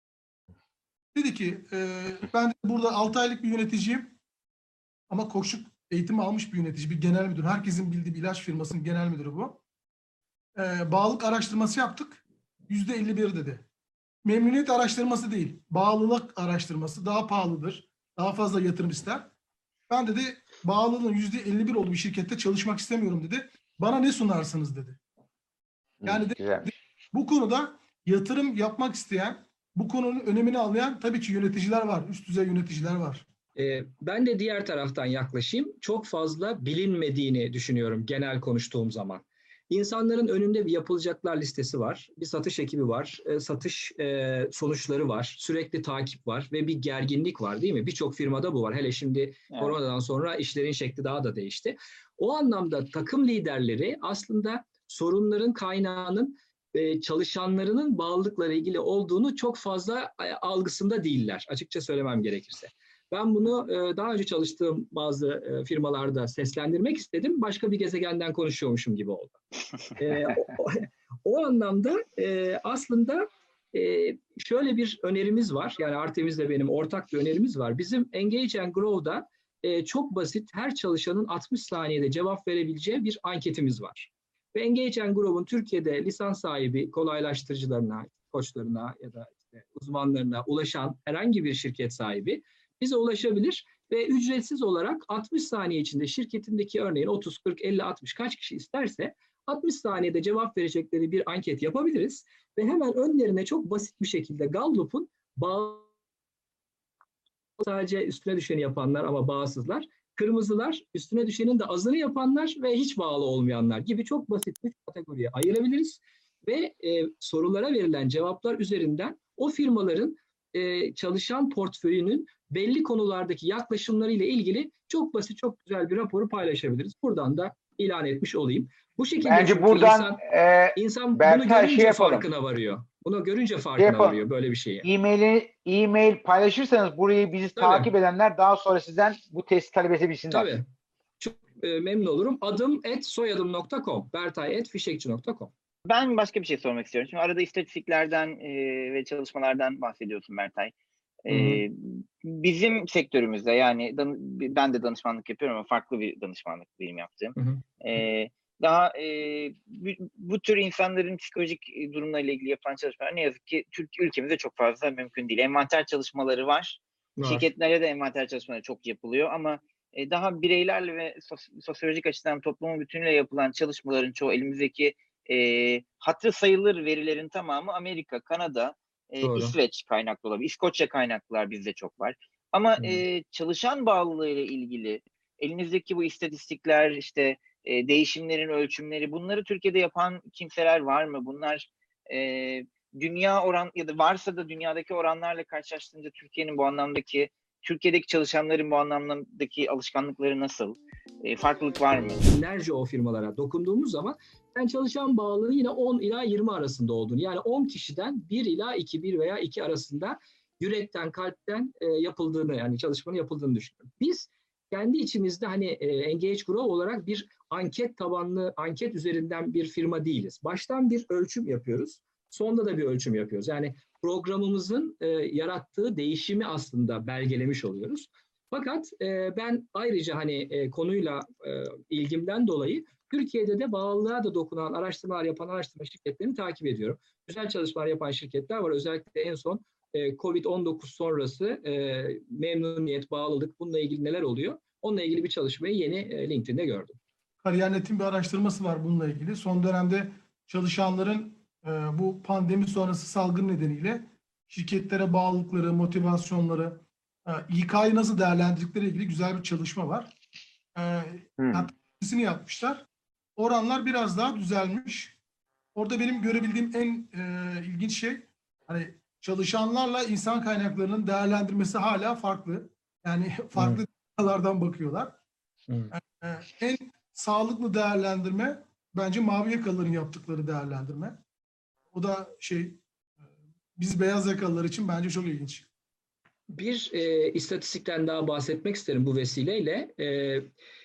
Dedi ki e, ben burada altı aylık bir yöneticiyim ama koçluk eğitimi almış bir yönetici, bir genel müdür. Herkesin bildiği bir ilaç firmasının genel müdürü bu. E, bağlılık araştırması yaptık. yüzde elli bir dedi. Memnuniyet araştırması değil, bağlılık araştırması daha pahalıdır. Daha fazla yatırım ister. Ben dedi bağlılığın yüzde elli bir olduğu bir şirkette çalışmak istemiyorum dedi. Bana ne sunarsınız dedi. Yani de, bu konuda yatırım yapmak isteyen, bu konunun önemini anlayan tabii ki yöneticiler var, üst düzey yöneticiler var. Ee, ben de diğer taraftan yaklaşayım. Çok fazla bilinmediğini düşünüyorum genel konuştuğum zaman. İnsanların önünde bir yapılacaklar listesi var, bir satış ekibi var, e, satış e, sonuçları var, sürekli takip var ve bir gerginlik var, değil mi? Birçok firmada bu var. Hele şimdi evet. Koronadan sonra işlerin şekli daha da değişti. O anlamda takım liderleri aslında sorunların kaynağının e, çalışanlarının bağlılıkla ilgili olduğunu çok fazla e, algısında değiller, açıkça söylemem gerekirse. Ben bunu e, daha önce çalıştığım bazı e, firmalarda seslendirmek istedim. Başka bir gezegenden konuşuyormuşum gibi oldu. E, o, o anlamda e, aslında e, şöyle bir önerimiz var. Yani Artemis'le benim ortak bir önerimiz var. Bizim Engage and Grow'da e, çok basit, her çalışanın altmış saniyede cevap verebileceği bir anketimiz var. Ve Engage and Grow'un Türkiye'de lisans sahibi kolaylaştırıcılarına, koçlarına ya da işte uzmanlarına ulaşan herhangi bir şirket sahibi bize ulaşabilir ve ücretsiz olarak altmış saniye içinde şirketindeki örneğin otuz, kırk, elli, altmış kaç kişi isterse altmış saniyede cevap verecekleri bir anket yapabiliriz ve hemen önlerine çok basit bir şekilde Gallup'un bağ sadece üstüne düşeni yapanlar ama bağımsızlar, kırmızılar üstüne düşenin de azını yapanlar ve hiç bağlı olmayanlar gibi çok basit bir kategoriye ayırabiliriz ve e, sorulara verilen cevaplar üzerinden o firmaların e, çalışan portföyünün belli konulardaki yaklaşımlarıyla ilgili çok basit, çok güzel bir raporu paylaşabiliriz. Buradan da ilan etmiş olayım. Bu şekilde bence buradan insan, e, insan bunu görünce şey farkına varıyor. Bunu görünce farkına şey varıyor böyle bir şeyi. E-maili, e-mail paylaşırsanız burayı bizi Tabii. takip edenler daha sonra sizden bu testi talep edebilsinler. Tabii. Çok e, memnun olurum. Adım et soyadım nokta com. bertay et fişekçi nokta com. Ben başka bir şey sormak istiyorum. Şimdi arada istatistiklerden e, ve çalışmalardan bahsediyorsun Bertay. E, bizim sektörümüzde yani dan, ben de danışmanlık yapıyorum ama farklı bir danışmanlık benim yaptığım. Hı hı. E, daha e, bu, bu tür insanların psikolojik durumlarıyla ilgili yapılan çalışmalar ne yazık ki Türk ülkemizde çok fazla mümkün değil. Envanter çalışmaları var. var. Şirketlerde de envanter çalışmaları çok yapılıyor ama e, daha bireylerle ve sos- sosyolojik açıdan toplumun bütünüyle yapılan çalışmaların çoğu elimizdeki e, hatırı sayılır verilerin tamamı Amerika, Kanada, e, İsveç kaynaklı olabilir. İskoçya kaynaklılar bizde çok var. Ama e, çalışan bağlılığı ile ilgili elinizdeki bu istatistikler, işte e, değişimlerin ölçümleri, bunları Türkiye'de yapan kimseler var mı? Bunlar e, dünya oran ya da varsa da dünyadaki oranlarla karşılaştığında Türkiye'nin bu anlamdaki Türkiye'deki çalışanların bu anlamdaki alışkanlıkları nasıl? E, farklılık var mı? Binlerce o firmalara dokunduğumuz zaman ben çalışan bağlılığı yine on ila yirmi arasında olduğunu, yani on kişiden bir ila iki, bir veya iki arasında yürekten, kalpten e, yapıldığını, yani çalışmanın yapıldığını düşünüyorum. Biz kendi içimizde hani e, Engage Grow olarak bir anket tabanlı, anket üzerinden bir firma değiliz. Baştan bir ölçüm yapıyoruz. Sonda da bir ölçüm yapıyoruz. Yani programımızın e, yarattığı değişimi aslında belgelemiş oluyoruz. Fakat e, ben ayrıca hani e, konuyla e, ilgimden dolayı Türkiye'de de bağlılığa da dokunan araştırmalar yapan araştırma şirketlerini takip ediyorum. Güzel çalışmalar yapan şirketler var. Özellikle en son e, kovid on dokuz sonrası e, memnuniyet, bağlılık, bununla ilgili neler oluyor? Onunla ilgili bir çalışmayı yeni e, LinkedIn'de gördüm. Kariyernet'in bir araştırması var bununla ilgili. Son dönemde çalışanların e, bu pandemi sonrası salgın nedeniyle şirketlere bağlılıkları, motivasyonları, e, İK'yı nasıl değerlendirdikleri ilgili güzel bir çalışma var. E, hmm. Hatta yapmışlar. Oranlar biraz daha düzelmiş. Orada benim görebildiğim en e, ilginç şey, hani çalışanlarla insan kaynaklarının değerlendirmesi hala farklı. Yani farklı noktalardan bakıyorlar. Hmm. E, en sağlıklı değerlendirme bence mavi yakalıların yaptıkları değerlendirme. O da şey, biz beyaz yakalılar için bence çok ilginç. Bir e, istatistikten daha bahsetmek isterim bu vesileyle. E,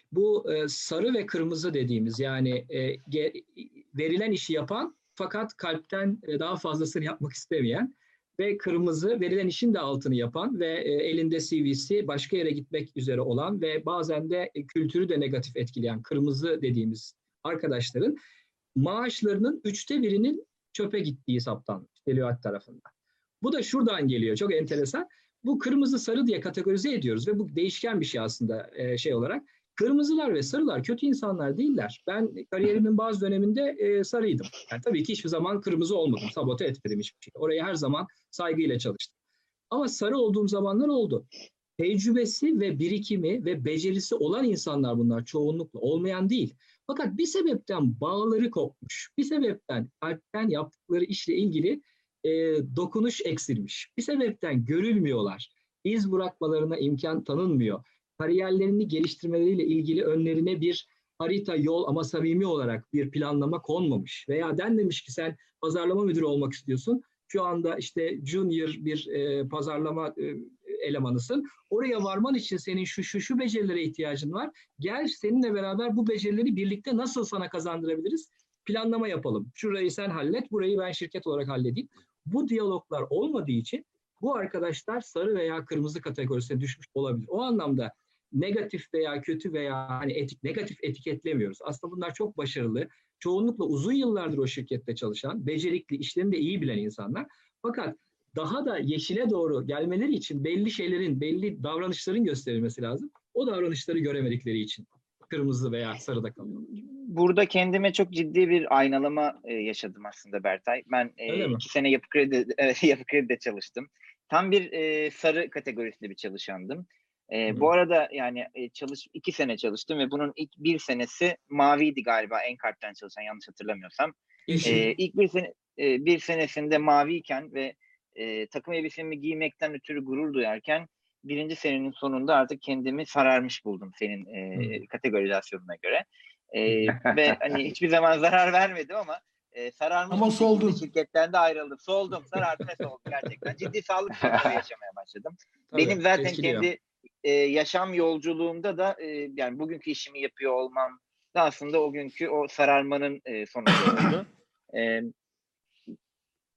bu e, sarı ve kırmızı dediğimiz, yani e, ge, verilen işi yapan fakat kalpten e, daha fazlasını yapmak istemeyen ve kırmızı verilen işin de altını yapan ve e, elinde C V'si başka yere gitmek üzere olan ve bazen de e, kültürü de negatif etkileyen kırmızı dediğimiz arkadaşların maaşlarının üçte birinin çöpe gittiği saptanmış Deloitte tarafından. Bu da şuradan geliyor, çok enteresan. Bu kırmızı sarı diye kategorize ediyoruz ve bu değişken bir şey aslında e, şey olarak. Kırmızılar ve sarılar kötü insanlar değiller. Ben kariyerimin bazı döneminde e, sarıydım. Yani tabii ki hiçbir zaman kırmızı olmadım. Sabote etmedim hiçbir şey. Oraya her zaman saygıyla çalıştım. Ama sarı olduğum zamanlar oldu. Tecrübesi ve birikimi ve becerisi olan insanlar bunlar, çoğunlukla olmayan değil. Fakat bir sebepten bağları kopmuş. Bir sebepten kalpten yaptıkları işle ilgili e, dokunuş eksilmiş. Bir sebepten görülmüyorlar. İz bırakmalarına imkan tanınmıyor. Kariyerlerini geliştirmeleriyle ilgili önlerine bir harita, yol ama samimi olarak bir planlama konmamış. Veya denmemiş ki sen pazarlama müdürü olmak istiyorsun. Şu anda işte junior bir e, pazarlama e, elemanısın. Oraya varman için senin şu şu şu becerilere ihtiyacın var. Gel seninle beraber bu becerileri birlikte nasıl sana kazandırabiliriz? Planlama yapalım. Şurayı sen hallet, burayı ben şirket olarak halledeyim. Bu diyaloglar olmadığı için bu arkadaşlar sarı veya kırmızı kategorisine düşmüş olabilir. O anlamda negatif veya kötü veya hani etik, negatif etiketlemiyoruz. Aslında bunlar çok başarılı, çoğunlukla uzun yıllardır o şirkette çalışan, becerikli, işlerini de iyi bilen insanlar. Fakat daha da yeşile doğru gelmeleri için belli şeylerin, belli davranışların gösterilmesi lazım. O davranışları göremedikleri için kırmızı veya sarıda kalıyor. Burada kendime çok ciddi bir aynalama e, yaşadım aslında Bertay. Ben e, iki sene yapı kredi, evet, yapı kredide çalıştım. Tam bir e, sarı kategorisinde bir çalışandım. E, bu arada yani e, çalış iki sene çalıştım ve bunun ilk bir senesi maviydi galiba, Enkart'tan çalışan, yanlış hatırlamıyorsam. E, ilk bir sene e, bir senesinde maviyken ve e, takım elbisemi giymekten ötürü gurur duyarken birinci senenin sonunda artık kendimi sararmış buldum senin e, kategorizasyonuna göre. E, ve hani hiçbir zaman zarar vermedim ama e, sararmış ama bir şekilde şirketten de ayrıldım. Soldum, sarardım ve soldum gerçekten. Ciddi sağlık sorunları yaşamaya başladım. Tabii, benim zaten etkiliyor. Kendi e, yaşam yolculuğumda da e, yani bugünkü işimi yapıyor olmam da aslında o günkü o sararmanın e, sonucu oldu. E,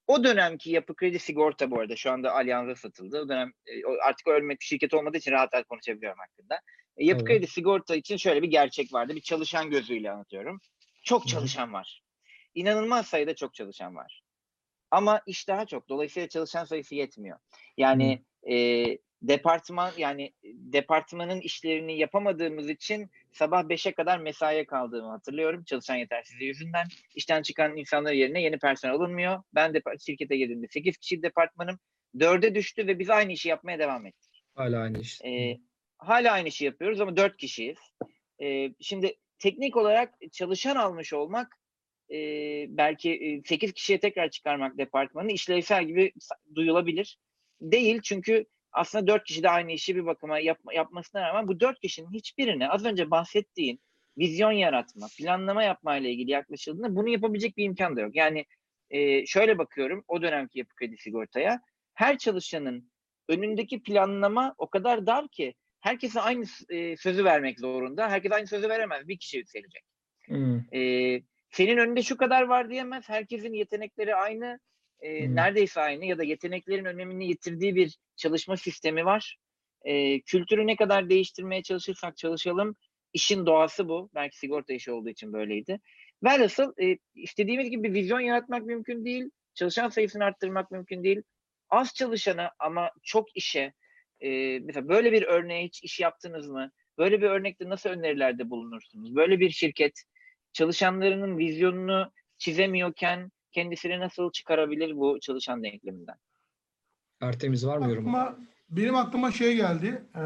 o dönemki Yapı Kredi Sigorta, bu arada şu anda Allianz'a satıldı. O dönem e, artık ölmek bir şirket olmadığı için rahat rahat konuşabiliyorum hakkında. E, Yapı Evet. Kredi Sigorta için şöyle bir gerçek vardı. Bir çalışan gözüyle anlatıyorum. Çok çalışan var. İnanılmaz sayıda çok çalışan var. Ama iş daha çok. Dolayısıyla çalışan sayısı yetmiyor. Yani e, departman yani departmanın işlerini yapamadığımız için sabah beşe kadar mesaiye kaldığımı hatırlıyorum. Çalışan yetersizliği yüzünden. İşten çıkan insanlar yerine yeni personel alınmıyor. Ben de şirkete girdiğimde sekiz kişi departmanım dörde düştü ve biz aynı işi yapmaya devam ettik. Hala aynı iş. E, hala aynı işi yapıyoruz ama dört kişiyiz. E, şimdi teknik olarak çalışan almış olmak, e, belki sekiz kişiye tekrar çıkarmak departmanı işlevsel gibi duyulabilir. Değil, çünkü aslında dört kişi de aynı işi bir bakıma yap, yapmasına rağmen bu dört kişinin hiçbirine az önce bahsettiğin vizyon yaratma, planlama yapma ile ilgili yaklaşıldığında bunu yapabilecek bir imkan da yok. Yani e, şöyle bakıyorum o dönemki Yapı Kredi Sigorta'ya, her çalışanın önündeki planlama o kadar dar ki herkese aynı e, sözü vermek zorunda. Herkes aynı sözü veremez. Bir kişi yükselecek. Hmm. E, senin önünde şu kadar var diyemez. Herkesin yetenekleri aynı. E, hmm. Neredeyse aynı ya da yeteneklerin önemini yitirdiği bir çalışma sistemi var. E, kültürü ne kadar değiştirmeye çalışırsak çalışalım, işin doğası bu. Belki sigorta işi olduğu için böyleydi. Velhasıl e, istediğimiz gibi bir vizyon yaratmak mümkün değil. Çalışan sayısını arttırmak mümkün değil. Az çalışana ama çok işe, e, mesela böyle bir örneğe hiç iş yaptınız mı? Böyle bir örnekte nasıl önerilerde bulunursunuz? Böyle bir şirket çalışanlarının vizyonunu çizemiyorken kendisini nasıl çıkarabilir bu çalışan denkleminden? Artemiz var mı yorum? Aklıma, benim aklıma şey geldi. E,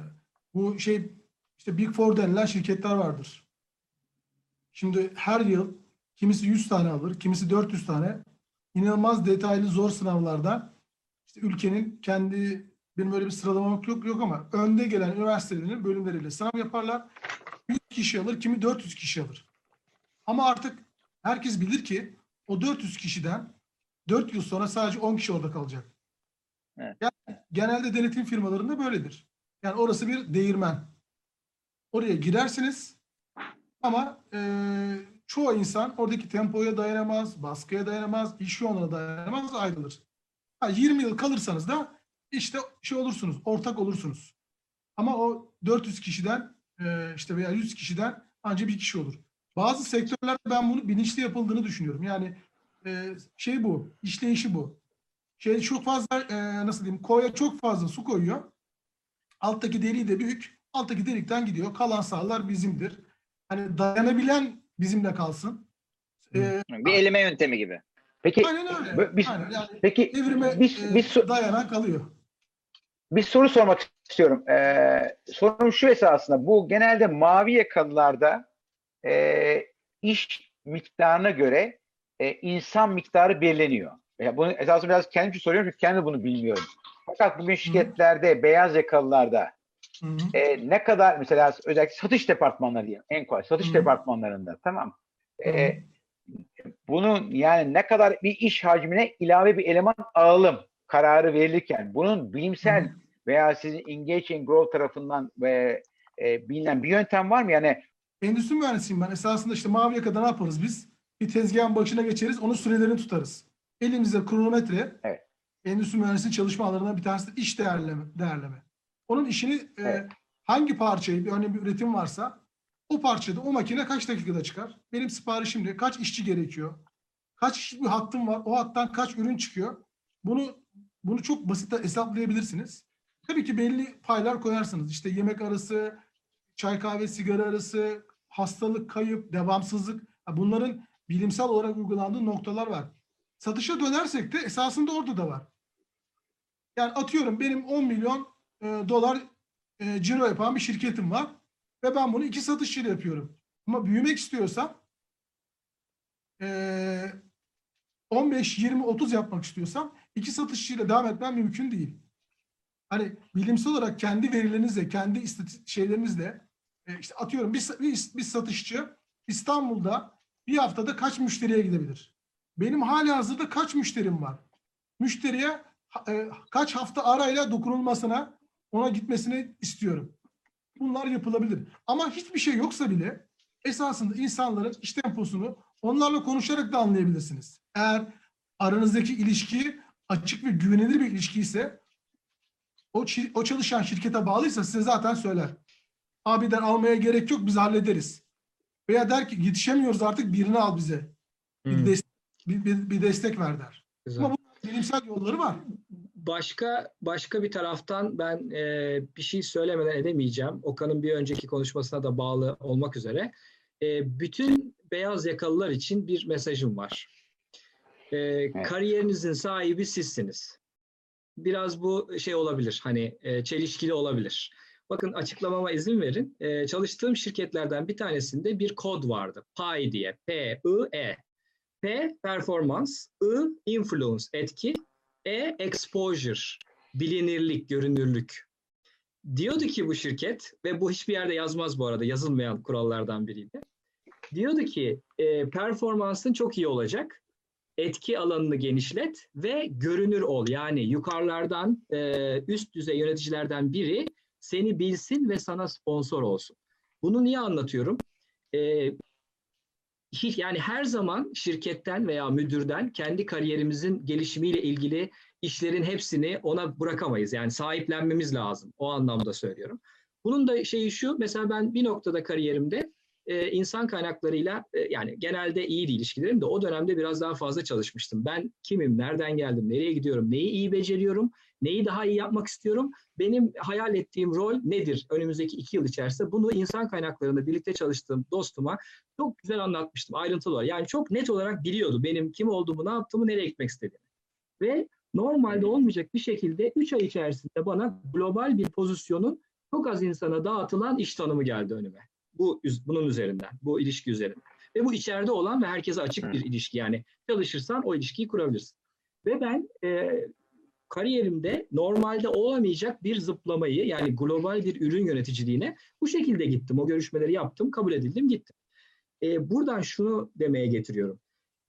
bu şey işte Big Four denilen şirketler vardır. Şimdi her yıl kimisi yüz tane alır, kimisi dört yüz tane. İnanılmaz detaylı zor sınavlarda işte ülkenin kendi, benim böyle bir sıralama yok, yok ama önde gelen üniversitelerin bölümleriyle sınav yaparlar. yüz kişi alır, kimi dört yüz kişi alır. Ama artık herkes bilir ki o dört yüz kişiden dört yıl sonra sadece on kişi orada kalacak. Evet. Yani genelde denetim firmalarında böyledir. Yani orası bir değirmen. Oraya girersiniz ama e, çoğu insan oradaki tempoya dayanamaz, baskıya dayanamaz, iş yoğunluğuna dayanamaz, ayrılır. Ha, yirmi yıl kalırsanız da işte şey olursunuz, ortak olursunuz. Ama o dört yüz kişiden e, işte veya yüz kişiden ancak bir kişi olur. Bazı sektörlerde ben bunu bilinçli yapıldığını düşünüyorum. Yani e, şey bu, işleyişi bu. Şey çok fazla e, nasıl diyeyim, koya çok fazla su koyuyor. Alttaki deliği de büyük. Alttaki delikten gidiyor. Kalan sahalar bizimdir. Hani dayanabilen bizimle kalsın. E, bir eleme yöntemi gibi. Peki aynen öyle. bir, Aynen. Yani peki evrime bir, e, bir, dayanan kalıyor. bir soru sormak istiyorum. Ee, sorum şu esasında, bu genelde mavi yakalılarda e, iş miktarına göre e, insan miktarı belirleniyor. Yani bunu esasında biraz kendim için soruyorum çünkü kendi bunu bilmiyorum. Fakat bugün şirketlerde, Hı-hı. beyaz yakalılarda e, ne kadar, mesela özellikle satış departmanları diyelim, en kolay satış Hı-hı. departmanlarında, tamam. E, bunun yani ne kadar bir iş hacmine ilave bir eleman alalım kararı verilirken bunun bilimsel Hı-hı. veya sizin Engage and Grow tarafından ve e, bilinen bir yöntem var mı? Yani endüstri mühendisiyim ben. Esasında işte mavi yakada ne yaparız biz? Bir tezgahın başına geçeriz, onun sürelerini tutarız. Elimizde kronometre, evet. endüstri mühendisinin çalışma alanlarından bir tanesi de iş değerleme. değerleme. Onun işini evet. e, hangi parçayı, bir örneğin bir üretim varsa o parçada o makine kaç dakikada çıkar? Benim siparişimde kaç işçi gerekiyor? Kaç işçi bir hattım var? O hattan kaç ürün çıkıyor? Bunu bunu çok basit hesaplayabilirsiniz. Tabii ki belli paylar koyarsınız. İşte yemek arası, çay kahve sigara arası, hastalık, kayıp, devamsızlık, bunların bilimsel olarak uygulandığı noktalar var. Satışa dönersek de esasında orada da var. Yani atıyorum benim on milyon e, dolar e, ciro yapan bir şirketim var ve ben bunu iki satışçıyla yapıyorum. Ama büyümek istiyorsam e, on beş, yirmi, otuz yapmak istiyorsam iki satışçıyla devam etmem mümkün değil. Hani bilimsel olarak kendi verilerinizle, kendi şeylerinizle e, işte atıyorum bir, bir, bir satışçı İstanbul'da bir haftada kaç müşteriye gidebilir? Benim hali hazırda kaç müşterim var? Müşteriye e, kaç hafta arayla dokunulmasına, ona gitmesini istiyorum. Bunlar yapılabilir. Ama hiçbir şey yoksa bile esasında insanların iş temposunu onlarla konuşarak da anlayabilirsiniz. Eğer aranızdaki ilişki açık ve güvenilir bir ilişki ise o, o çalışan şirkete bağlıysa size zaten söyler. Abi der, almaya gerek yok, biz hallederiz. Veya der ki yetişemiyoruz artık, birini al bize. Bir, Hmm, destek, bir, bir, bir destek ver der. güzel. Ama bunun bilimsel yolları var. Başka başka bir taraftan ben e, bir şey söylemeden edemeyeceğim. Okan'ın bir önceki konuşmasına da bağlı olmak üzere. E, bütün beyaz yakalılar için bir mesajım var. E, Evet. Kariyerinizin sahibi sizsiniz. Biraz bu şey olabilir, hani e, çelişkili olabilir. Bakın, açıklamama izin verin. E, çalıştığım şirketlerden bir tanesinde bir kod vardı. P I diye. P I E. P performans, I influence etki, E exposure bilinirlik, görünürlük. Diyordu ki bu şirket, ve bu hiçbir yerde yazmaz bu arada, yazılmayan kurallardan biriydi. Diyordu ki e, performansın çok iyi olacak, etki alanını genişlet ve görünür ol. Yani yukarılardan e, üst düzey yöneticilerden biri seni bilsin ve sana sponsor olsun. Bunu niye anlatıyorum? E, Hiç, yani her zaman şirketten veya müdürden kendi kariyerimizin gelişimiyle ilgili işlerin hepsini ona bırakamayız. Yani sahiplenmemiz lazım. O anlamda söylüyorum. Bunun da şeyi şu, mesela ben bir noktada kariyerimde e, insan kaynaklarıyla e, yani genelde iyiydi ilişkilerim de, o dönemde biraz daha fazla çalışmıştım. Ben kimim, nereden geldim, nereye gidiyorum, neyi iyi beceriyorum, neyi daha iyi yapmak istiyorum, benim hayal ettiğim rol nedir önümüzdeki iki yıl içerisinde, bunu insan kaynaklarında birlikte çalıştığım dostuma çok güzel anlatmıştım, ayrıntılı olarak. Yani çok net olarak biliyordu benim kim olduğumu, ne yaptığımı, nereye gitmek istediğimi. Ve normalde olmayacak bir şekilde üç ay içerisinde bana global bir pozisyonun çok az insana dağıtılan iş tanımı geldi önüme. Bu, bunun üzerinden, bu ilişki üzerinden. Ve bu içeride olan ve herkese açık bir ilişki. Yani çalışırsan o ilişkiyi kurabilirsin. Ve ben e, kariyerimde normalde olamayacak bir zıplamayı, yani global bir ürün yöneticiliğine bu şekilde gittim. O görüşmeleri yaptım, kabul edildim, gittim. E, buradan şunu demeye getiriyorum.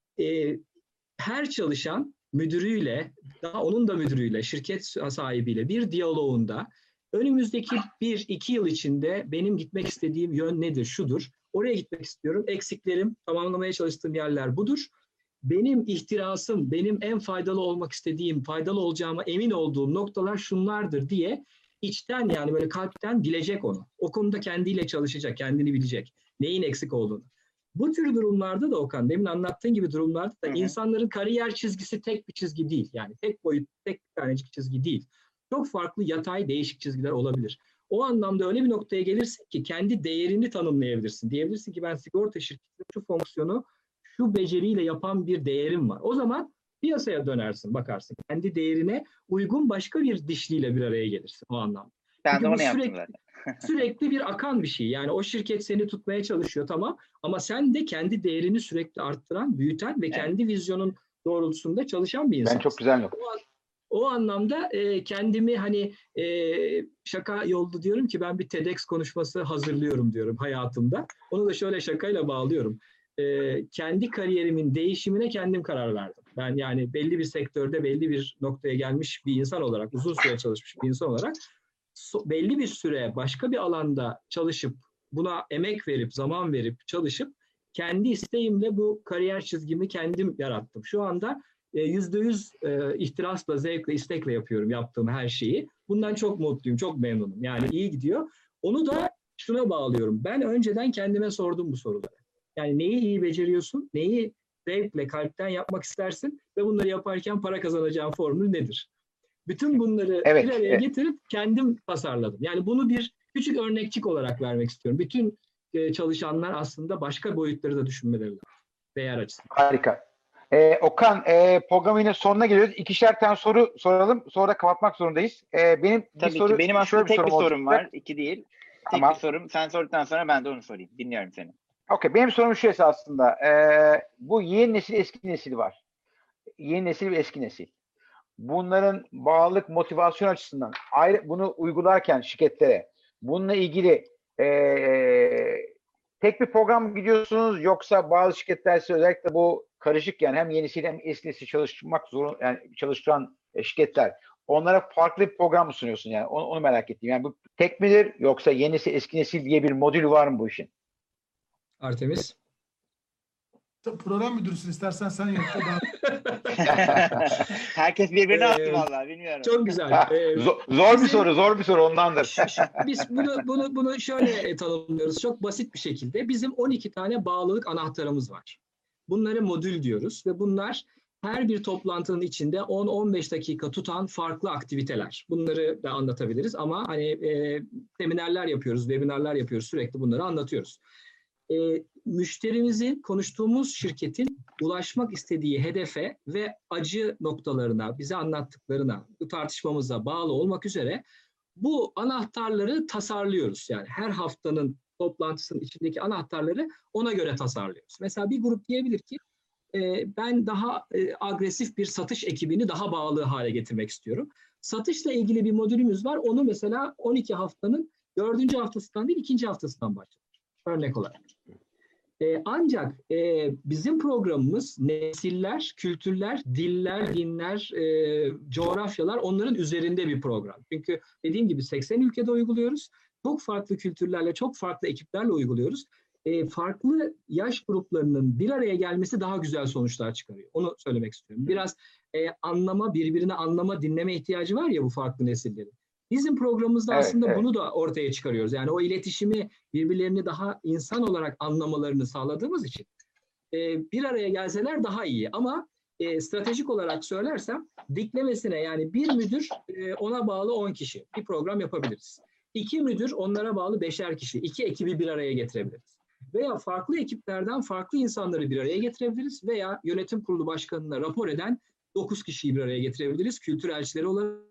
E, her çalışan müdürüyle, daha onun da müdürüyle, şirket sahibiyle bir diyaloğunda önümüzdeki bir iki yıl içinde benim gitmek istediğim yön nedir, şudur. Oraya gitmek istiyorum. Eksiklerim, tamamlamaya çalıştığım yerler budur. Benim ihtirasım, benim en faydalı olmak istediğim, faydalı olacağıma emin olduğum noktalar şunlardır diye içten, yani böyle kalpten bilecek onu. O konuda kendiyle çalışacak, kendini bilecek. Neyin eksik olduğunu. Bu tür durumlarda da Okan, demin anlattığın gibi durumlarda da hı hı. insanların kariyer çizgisi tek bir çizgi değil. Yani tek boyut, tek bir tanecik çizgi değil. Çok farklı yatay, değişik çizgiler olabilir. O anlamda öyle bir noktaya gelirsin ki kendi değerini tanımlayabilirsin. Diyebilirsin ki ben sigorta şirketinde şu fonksiyonu şu beceriyle yapan bir değerim var. O zaman piyasaya dönersin, bakarsın. Kendi değerine uygun başka bir dişliyle bir araya gelirsin o anlamda. Ben Çünkü de onu sürekli, yaptım zaten. sürekli bir akan bir şey. Yani o şirket seni tutmaya çalışıyor, tamam, ama sen de kendi değerini sürekli arttıran, büyüten ve evet. kendi vizyonun doğrultusunda çalışan bir insansın. Ben çok güzel yok. O, o anlamda e, kendimi hani e, şaka yollu diyorum ki ben bir TEDx konuşması hazırlıyorum diyorum hayatımda. Onu da şöyle şakayla bağlıyorum. E, kendi kariyerimin değişimine kendim karar verdim. Ben yani belli bir sektörde belli bir noktaya gelmiş bir insan olarak, uzun süre çalışmış bir insan olarak so, belli bir süre başka bir alanda çalışıp, buna emek verip, zaman verip çalışıp kendi isteğimle bu kariyer çizgimi kendim yarattım. Şu anda yüzde yüz e, ihtirasla, zevkle, istekle yapıyorum yaptığım her şeyi. Bundan çok mutluyum, çok memnunum. Yani iyi gidiyor. Onu da şuna bağlıyorum. Ben önceden kendime sordum bu soruları. Yani neyi iyi beceriyorsun, neyi zevkle, kalpten yapmak istersin ve bunları yaparken para kazanacağın formül nedir? Bütün bunları evet, bir araya evet. getirip kendim tasarladım. Yani bunu bir küçük örnekçik olarak vermek istiyorum. Bütün e, çalışanlar aslında başka boyutları da düşünmeleri lazım. Değer açısından. Harika. Ee, Okan, e, programın sonuna geliyoruz. İkişer tane soru soralım. Sonra kapatmak zorundayız. Ee, benim Tabii bir soru, ki. Benim aslında tek bir, bir sorum var. Olacak. İki değil. Tek Tamam. bir sorum. Sen sorduktan sonra ben de onu sorayım. Dinliyorum seni. Okey. Benim sorum şu esasında. Ee, bu yeni nesil, eski nesil var. Yeni nesil ve eski nesil. Bunların bağlılık, motivasyon açısından ayrı, bunu uygularken şirketlere bununla ilgili ee, tek bir program mı gidiyorsunuz, yoksa bazı şirketler size özellikle bu karışık, yani hem yenisiyle hem eski nesil çalıştırmak zorun, yani çalıştıran şirketler, onlara farklı bir program mı sunuyorsun, yani onu, onu merak ettim. Yani bu tek midir, yoksa yenisi eski nesil diye bir modül var mı bu işin? Artemis. program müdürüsün, istersen sen yap. Herkes birbirine attı Ee, vallahi, bilmiyorum. Çok güzel. Ha, Ee, zor, zor bir bizim- soru, zor bir soru ondandır. Ş- ş- Biz bunu bunu bunu şöyle tanımlıyoruz. Çok basit bir şekilde. Bizim on iki tane bağlılık anahtarımız var. Bunlara modül diyoruz ve bunlar her bir toplantının içinde on on beş dakika tutan farklı aktiviteler. Bunları da anlatabiliriz ama hani e, seminerler yapıyoruz, webinarlar yapıyoruz, sürekli bunları anlatıyoruz. E, müşterimizin, konuştuğumuz şirketin ulaşmak istediği hedefe ve acı noktalarına, bize anlattıklarına, bu tartışmamıza bağlı olmak üzere bu anahtarları tasarlıyoruz. Yani her haftanın toplantısının içindeki anahtarları ona göre tasarlıyoruz. Mesela bir grup diyebilir ki e, ben daha e, agresif bir satış ekibini daha bağlı hale getirmek istiyorum. Satışla ilgili bir modülümüz var. Onu mesela on iki haftanın dördüncü haftasından değil, ikinci haftasından başlıyoruz. Örnek olarak. E, ancak e, bizim programımız nesiller, kültürler, diller, dinler, e, coğrafyalar, onların üzerinde bir program. Çünkü dediğim gibi seksen ülkede uyguluyoruz. Çok farklı kültürlerle, çok farklı ekiplerle uyguluyoruz. E, farklı yaş gruplarının bir araya gelmesi daha güzel sonuçlar çıkarıyor. Onu söylemek istiyorum. Biraz e, anlama, birbirini anlama, dinleme ihtiyacı var ya bu farklı nesillerin. Bizim programımızda Evet, aslında evet. bunu da ortaya çıkarıyoruz. Yani o iletişimi, birbirlerini daha insan olarak anlamalarını sağladığımız için e, bir araya gelseler daha iyi. Ama e, stratejik olarak söylersem diklemesine, yani bir müdür e, ona bağlı on kişi bir program yapabiliriz. İki müdür onlara bağlı beşer kişi, iki ekibi bir araya getirebiliriz. Veya farklı ekiplerden farklı insanları bir araya getirebiliriz veya yönetim kurulu başkanına rapor eden dokuz kişiyi bir araya getirebiliriz. Kültür elçileri olarak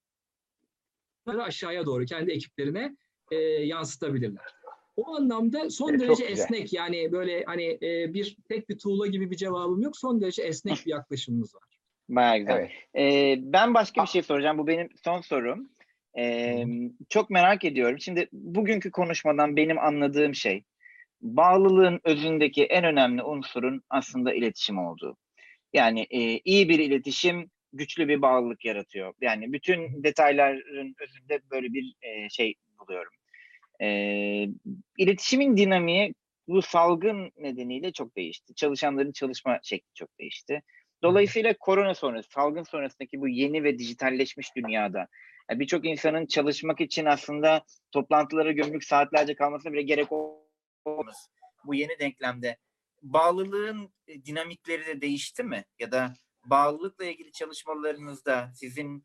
aşağıya doğru kendi ekiplerine e, yansıtabilirler. O anlamda son Evet, çok derece güzel. esnek, yani böyle hani e, bir tek bir tuğla gibi bir cevabım yok. Son derece esnek bir yaklaşımımız var. Bayağı güzel. Evet. Ee, ben başka bir şey soracağım. Bu benim son sorum. Ee, çok merak ediyorum. Şimdi bugünkü konuşmadan benim anladığım şey, bağlılığın özündeki en önemli unsurun aslında iletişim olduğu. Yani e, iyi bir iletişim güçlü bir bağlılık yaratıyor. Yani bütün detayların özünde böyle bir e, şey buluyorum. E, iletişimin dinamiği bu salgın nedeniyle çok değişti. Çalışanların çalışma şekli çok değişti. Dolayısıyla korona sonrası, salgın sonrasındaki bu yeni ve dijitalleşmiş dünyada yani birçok insanın çalışmak için aslında toplantılara gömülük saatlerce kalmasına bile gerek olmaz. Bu yeni denklemde bağlılığın dinamikleri de değişti mi? Ya da bağlılıkla ilgili çalışmalarınızda sizin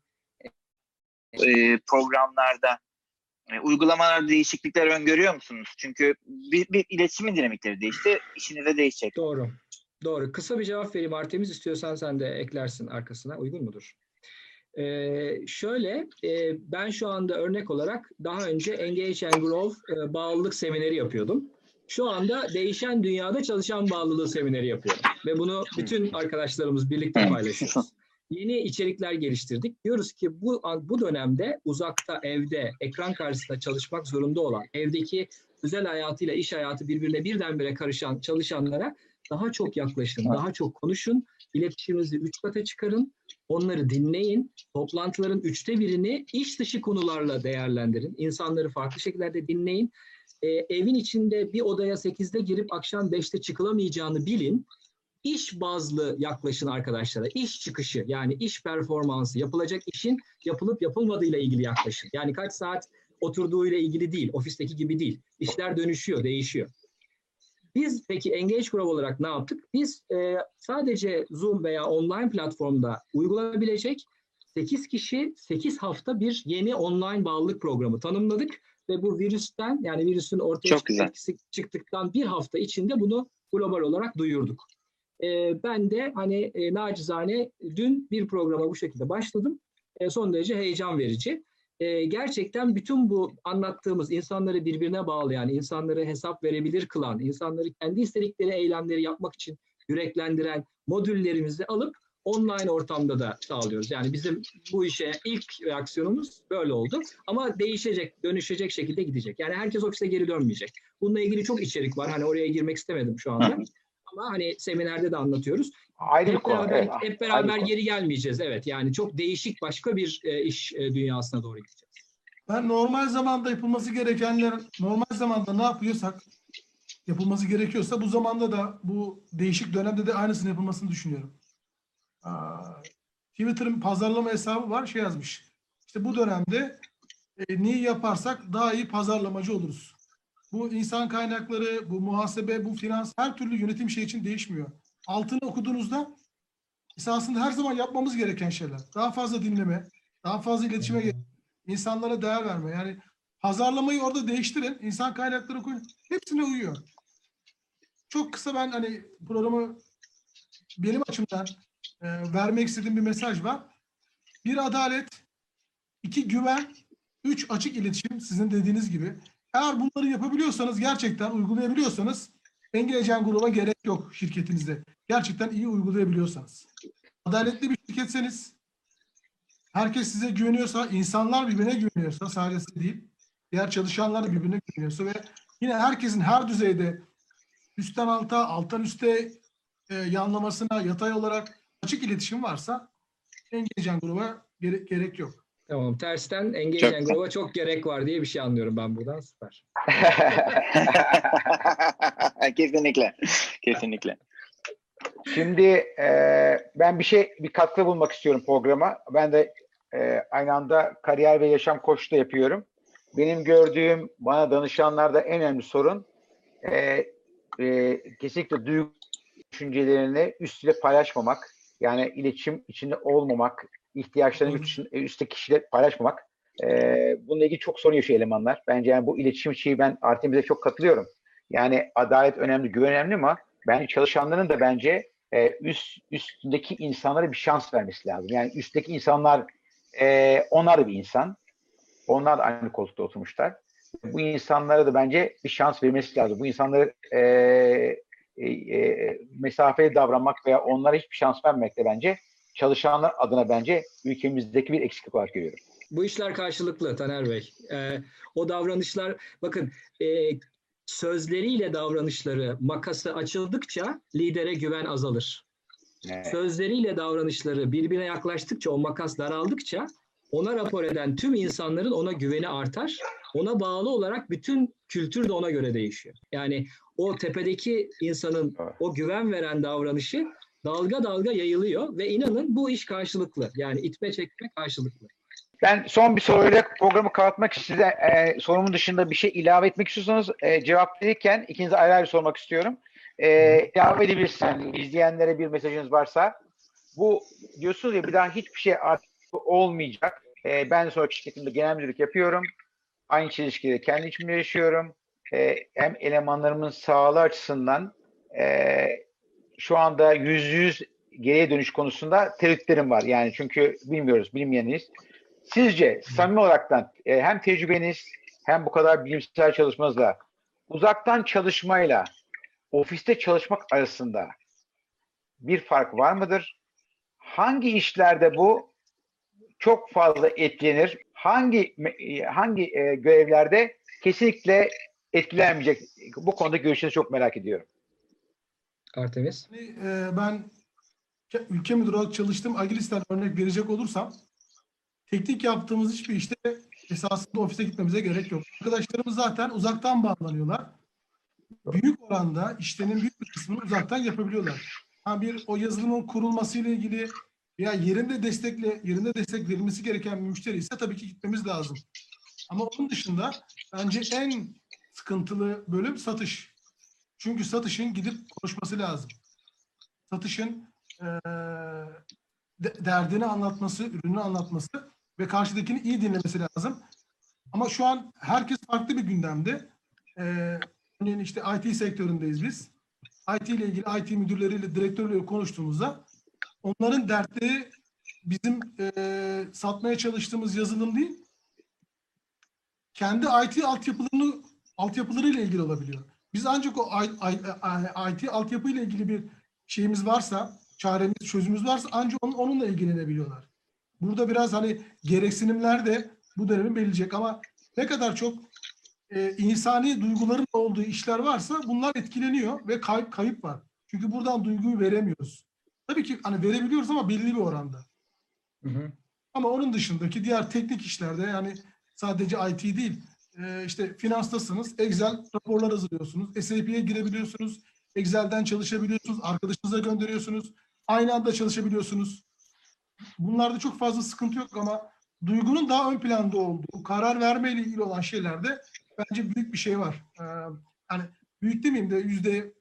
e, programlarda e, uygulamalarda değişiklikler öngörüyor musunuz? Çünkü bir, bir iletişimin dinamikleri değişti, işinize değişecek. Doğru. Doğru. Kısa bir cevap vereyim Artemiz, istiyorsan sen de eklersin arkasına. Uygun mudur? Ee, şöyle, e, ben şu anda örnek olarak daha önce Engage and Grow e, bağlılık semineri yapıyordum. Şu anda değişen dünyada çalışan bağlılığı semineri yapıyorum. Ve bunu bütün arkadaşlarımız birlikte paylaşıyoruz. Yeni içerikler geliştirdik. Diyoruz ki bu bu dönemde uzakta, evde, ekran karşısında çalışmak zorunda olan, evdeki özel hayatıyla iş hayatı birbirine birdenbire karışan çalışanlara daha çok yaklaşın, daha çok konuşun, iletişiminizi üç kata çıkarın, onları dinleyin, toplantıların üçte birini iş dışı konularla değerlendirin, insanları farklı şekillerde dinleyin. Ee, evin içinde bir odaya sekizde girip akşam beşte çıkılamayacağını bilin. İş bazlı yaklaşın arkadaşlara. İş çıkışı, yani iş performansı, yapılacak işin yapılıp yapılmadığıyla ilgili yaklaşın. Yani kaç saat oturduğuyla ilgili değil, ofisteki gibi değil. İşler dönüşüyor, değişiyor. Biz peki Engage Grow olarak ne yaptık? Biz e, sadece Zoom veya online platformda uygulanabilecek sekiz kişi sekiz hafta bir yeni online bağlılık programı tanımladık ve bu virüsten, yani virüsün ortaya etkisi çıktıktan bir hafta içinde bunu global olarak duyurduk. E, ben de hani e, nacizane dün bir programa bu şekilde başladım. E, son derece heyecan verici. E, gerçekten bütün bu anlattığımız insanları birbirine bağlayan, insanları hesap verebilir kılan, insanları kendi istedikleri eylemleri yapmak için yüreklendiren modüllerimizi alıp online ortamda da sağlıyoruz. Yani bizim bu işe ilk reaksiyonumuz böyle oldu. Ama değişecek, dönüşecek şekilde gidecek. Yani herkes ofise geri dönmeyecek. Bununla ilgili çok içerik var. Hani oraya girmek istemedim şu anda. Ama hani seminerde de anlatıyoruz. Ayrı bir Hep konu. beraber, Evet, hep beraber konu. geri gelmeyeceğiz. Evet, yani çok değişik başka bir e, iş e, dünyasına doğru gideceğiz. Ben normal zamanda yapılması gerekenler, normal zamanda ne yapıyorsak yapılması gerekiyorsa bu zamanda da bu değişik dönemde de aynısını yapılmasını düşünüyorum. Twitter'ın pazarlama hesabı var, şey yazmış. İşte bu dönemde e, neyi yaparsak daha iyi pazarlamacı oluruz. Bu insan kaynakları, bu muhasebe, bu finans her türlü yönetim şey için değişmiyor. Altını okuduğunuzda esasında her zaman yapmamız gereken şeyler. Daha fazla dinleme, daha fazla iletişime geç, insanlara değer verme. Yani pazarlamayı orada değiştirin, insan kaynakları koyun. Hepsine uyuyor. Çok kısa ben hani programı benim açımdan e, vermek istediğim bir mesaj var. Bir adalet, iki güven, üç açık iletişim sizin dediğiniz gibi. Eğer bunları yapabiliyorsanız, gerçekten uygulayabiliyorsanız Engagement Group'a gerek yok şirketinizde. Gerçekten iyi uygulayabiliyorsanız. Adaletli bir şirketseniz, herkes size güveniyorsa, insanlar birbirine güveniyorsa, sadece size değil, diğer çalışanlar da birbirine güveniyorsa ve yine herkesin her düzeyde üstten alta, alttan üste e, yanlamasına, yatay olarak açık iletişim varsa Engagement Group'a gerek, gerek yok. Tamam. Tersten Engagement Group'a çok gerek var diye bir şey anlıyorum ben buradan. Süper. Kesinlikle. Kesinlikle. Şimdi e, ben bir şey, bir katkı bulmak istiyorum programa. Ben de e, aynı anda kariyer ve yaşam koçluğu da yapıyorum. Benim gördüğüm, bana danışanlarda en önemli sorun e, e, kesinlikle duygu düşüncelerini üst ile paylaşmamak. Yani iletişim içinde olmamak, ihtiyaçlarını üst, üstteki kişiyle paylaşmamak. E, bununla ilgili çok sorun yaşıyor elemanlar. Bence yani bu iletişim şeyi ben Artemis'e çok katılıyorum. Yani adalet önemli, güven önemli ama bence çalışanların da bence e, üst üstündeki insanlara bir şans vermesi lazım. Yani üstteki insanlar e, onlar da bir insan. Onlar da aynı koltukta oturmuşlar. Bu insanlara da bence bir şans vermesi lazım. Bu insanları e, e, e, mesafeli davranmak veya onlara hiçbir şans vermemek de bence çalışanlar adına bence ülkemizdeki bir eksiklik olarak görüyorum. Bu işler karşılıklı Taner Bey. Ee, o davranışlar, bakın e, sözleriyle davranışları makası açıldıkça lidere güven azalır. Evet. Sözleriyle davranışları birbirine yaklaştıkça, o makas daraldıkça ona rapor eden tüm insanların ona güveni artar. Ona bağlı olarak bütün kültür de ona göre değişiyor. Yani o tepedeki insanın o güven veren davranışı dalga dalga yayılıyor ve inanın bu iş karşılıklı. Yani itme çekme karşılıklı. Ben son bir soruyla programı kapatmak için size e, sorumun dışında bir şey ilave etmek istiyorsanız e, cevap verirken ikinize ayrı ayrı sormak istiyorum. E, ilave edebilirsiniz. İzleyenlere bir mesajınız varsa. Bu diyorsunuz ya bir daha hiçbir şey artık olmayacak. E, ben sonra şirketimde genel müdürlük yapıyorum. Aynı çelişkileri kendi içimde yaşıyorum. E, hem elemanlarımın sağlığı açısından e, şu anda yüz yüz geriye dönüş konusunda tereddütlerim var. Yani çünkü bilmiyoruz, bilmeyeniz. Sizce samimi olaraktan e, hem tecrübeniz hem bu kadar bilimsel çalışmanızla uzaktan çalışmayla ofiste çalışmak arasında bir fark var mıdır? Hangi işlerde bu çok fazla etkilenir? Hangi hangi e, görevlerde kesinlikle etkilenmeyecek? Bu konuda görüşlerinizi çok merak ediyorum. Artemis. Yani, e, ben ülke müdürü olarak çalıştığım Agilis'ten örnek verecek olursam teknik yaptığımız hiçbir işte esasında ofise gitmemize gerek yok. Arkadaşlarımız zaten uzaktan bağlanıyorlar. Büyük oranda işlerinin büyük bir kısmını uzaktan yapabiliyorlar. Ha, bir o yazılımın kurulmasıyla ilgili veya yerinde destekle yerinde destek verilmesi gereken bir müşteri ise tabii ki gitmemiz lazım. Ama onun dışında bence en sıkıntılı bölüm satış. Çünkü satışın gidip konuşması lazım. Satışın e, derdini anlatması, ürünü anlatması ve karşıdakini iyi dinlemesi lazım. Ama şu an herkes farklı bir gündemde. Ee, örneğin işte I T sektöründeyiz biz. I T ile ilgili I T müdürleriyle, direktörleriyle konuştuğumuzda onların dertleri bizim e, satmaya çalıştığımız yazılım değil, kendi I T altyapılarını altyapılarıyla ilgili olabiliyor. Biz ancak o I T altyapıyla ilgili bir şeyimiz varsa, çaremiz, çözümümüz varsa ancak onun, onunla ilgilenebiliyorlar. Burada biraz hani gereksinimler de bu dönemi belirleyecek ama ne kadar çok e, insani duyguların olduğu işler varsa bunlar etkileniyor ve kayıp kayıp var. Çünkü buradan duyguyu veremiyoruz. Tabii ki hani verebiliyoruz ama belli bir oranda. Hı hı. Ama onun dışındaki diğer teknik işlerde yani sadece I T değil, e, işte finanstasınız, Excel raporlar hazırlıyorsunuz, S A P'ye girebiliyorsunuz, Excel'den çalışabiliyorsunuz, arkadaşınıza gönderiyorsunuz, aynı anda çalışabiliyorsunuz. Bunlarda çok fazla sıkıntı yok ama duygunun daha ön planda olduğu, karar vermeyle ilgili olan şeylerde bence büyük bir şey var. Ee, hani büyük demeyeyim de yüzde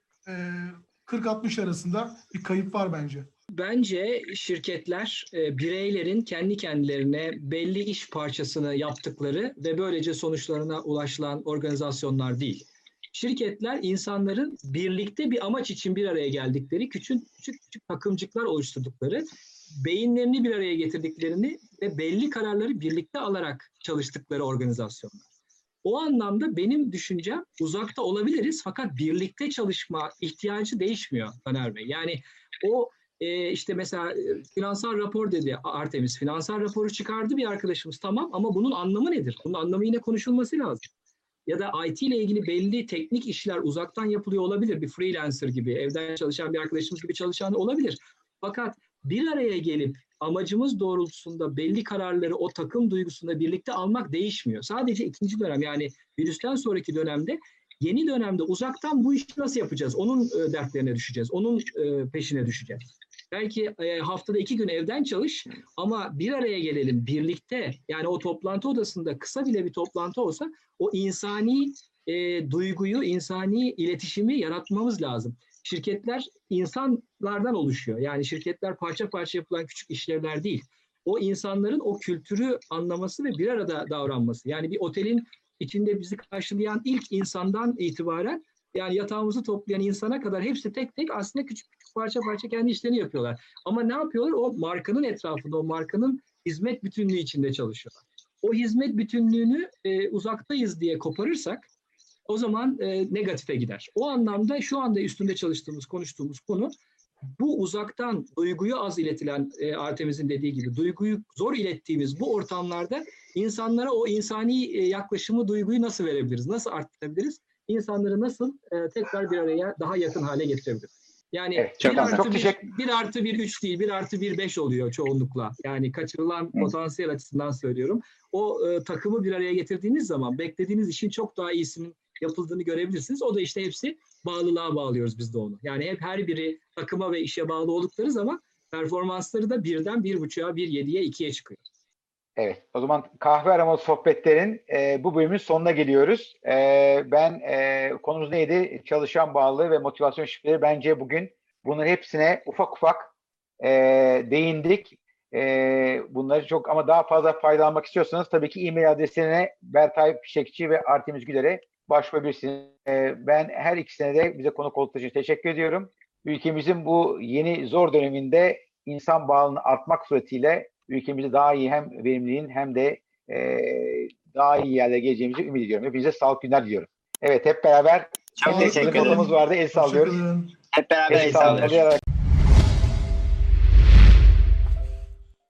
kırk altmış arasında bir kayıp var bence. Bence şirketler e, bireylerin kendi kendilerine belli iş parçasını yaptıkları ve böylece sonuçlarına ulaşılan organizasyonlar değil. Şirketler insanların birlikte bir amaç için bir araya geldikleri küçük küçük, küçük takımcıklar oluşturdukları, beyinlerini bir araya getirdiklerini ve belli kararları birlikte alarak çalıştıkları organizasyonlar. O anlamda benim düşüncem uzakta olabiliriz fakat birlikte çalışma ihtiyacı değişmiyor Taner Bey. Yani o e, işte mesela finansal rapor dedi Artemis. Finansal raporu çıkardı bir arkadaşımız, tamam, ama bunun anlamı nedir? Bunun anlamı yine konuşulması lazım. Ya da I T ile ilgili belli teknik işler uzaktan yapılıyor olabilir. Bir freelancer gibi, evden çalışan bir arkadaşımız gibi çalışan olabilir. Fakat bir araya gelip amacımız doğrultusunda belli kararları o takım duygusunda birlikte almak değişmiyor. Sadece ikinci dönem, yani virüsten sonraki dönemde, yeni dönemde uzaktan bu işi nasıl yapacağız? Onun e, dertlerine düşeceğiz. Onun e, peşine düşeceğiz. Belki e, haftada iki gün evden çalış ama bir araya gelelim birlikte. Yani o toplantı odasında kısa bile bir toplantı olsa o insani e, duyguyu, insani iletişimi yaratmamız lazım. Şirketler insanlardan oluşuyor. Yani şirketler parça parça yapılan küçük işlevler değil. O insanların o kültürü anlaması ve bir arada davranması. Yani bir otelin içinde bizi karşılayan ilk insandan itibaren, yani yatağımızı toplayan insana kadar hepsi tek tek aslında küçük küçük parça parça kendi işlerini yapıyorlar. Ama ne yapıyorlar? O markanın etrafında, o markanın hizmet bütünlüğü içinde çalışıyorlar. O hizmet bütünlüğünü e, uzaktayız diye koparırsak o zaman e, negatife gider. O anlamda şu anda üstünde çalıştığımız, konuştuğumuz konu bu uzaktan duyguyu az iletilen, e, Artemis'in dediği gibi duyguyu zor ilettiğimiz bu ortamlarda insanlara o insani e, yaklaşımı, duyguyu nasıl verebiliriz? Nasıl arttırabiliriz? İnsanları nasıl e, tekrar bir araya daha yakın hale getirebiliriz? Yani Evet, çok bir, artı çok bir, teşekkür- bir artı bir üç değil, bir artı bir beş oluyor çoğunlukla. Yani kaçırılan Hı. potansiyel açısından söylüyorum. O e, takımı bir araya getirdiğiniz zaman beklediğiniz işin çok daha iyisinin yapıldığını görebilirsiniz. O da işte hepsi bağlılığa bağlıyoruz biz de onu. Yani hep her biri takıma ve işe bağlı oldukları zaman performansları da birden bir buçuğa, bir yediye, ikiye çıkıyor. Evet, o zaman kahve aromalı sohbetlerin e, bu bölümün sonuna geliyoruz. E, ben e, konumuz neydi? Çalışan bağlılığı ve motivasyon şifreleri. Bence bugün bunların hepsine ufak ufak e, değindik. E, bunları çok, ama daha fazla faydalanmak istiyorsanız tabii ki e-mail adreslerine Bertay Fişekçi ve Artemis Güler'e başvurabilirsiniz. E, ben her ikisine de bize konuk olduğu için teşekkür ediyorum. Ülkemizin bu yeni zor döneminde insan bağlılığını artmak suretiyle ülkemizi daha iyi, hem verimliliğin hem de e, daha iyi yerlere geleceğimizi ümit ediyorum. Hepinize sağlıklı günler diliyorum. Evet, hep beraber Çok Sağlıklı teşekkür kalın. ederim. notumuz vardı, el sallıyoruz. Hoşça kalın. Hep beraber El el sallıyoruz. sallayarak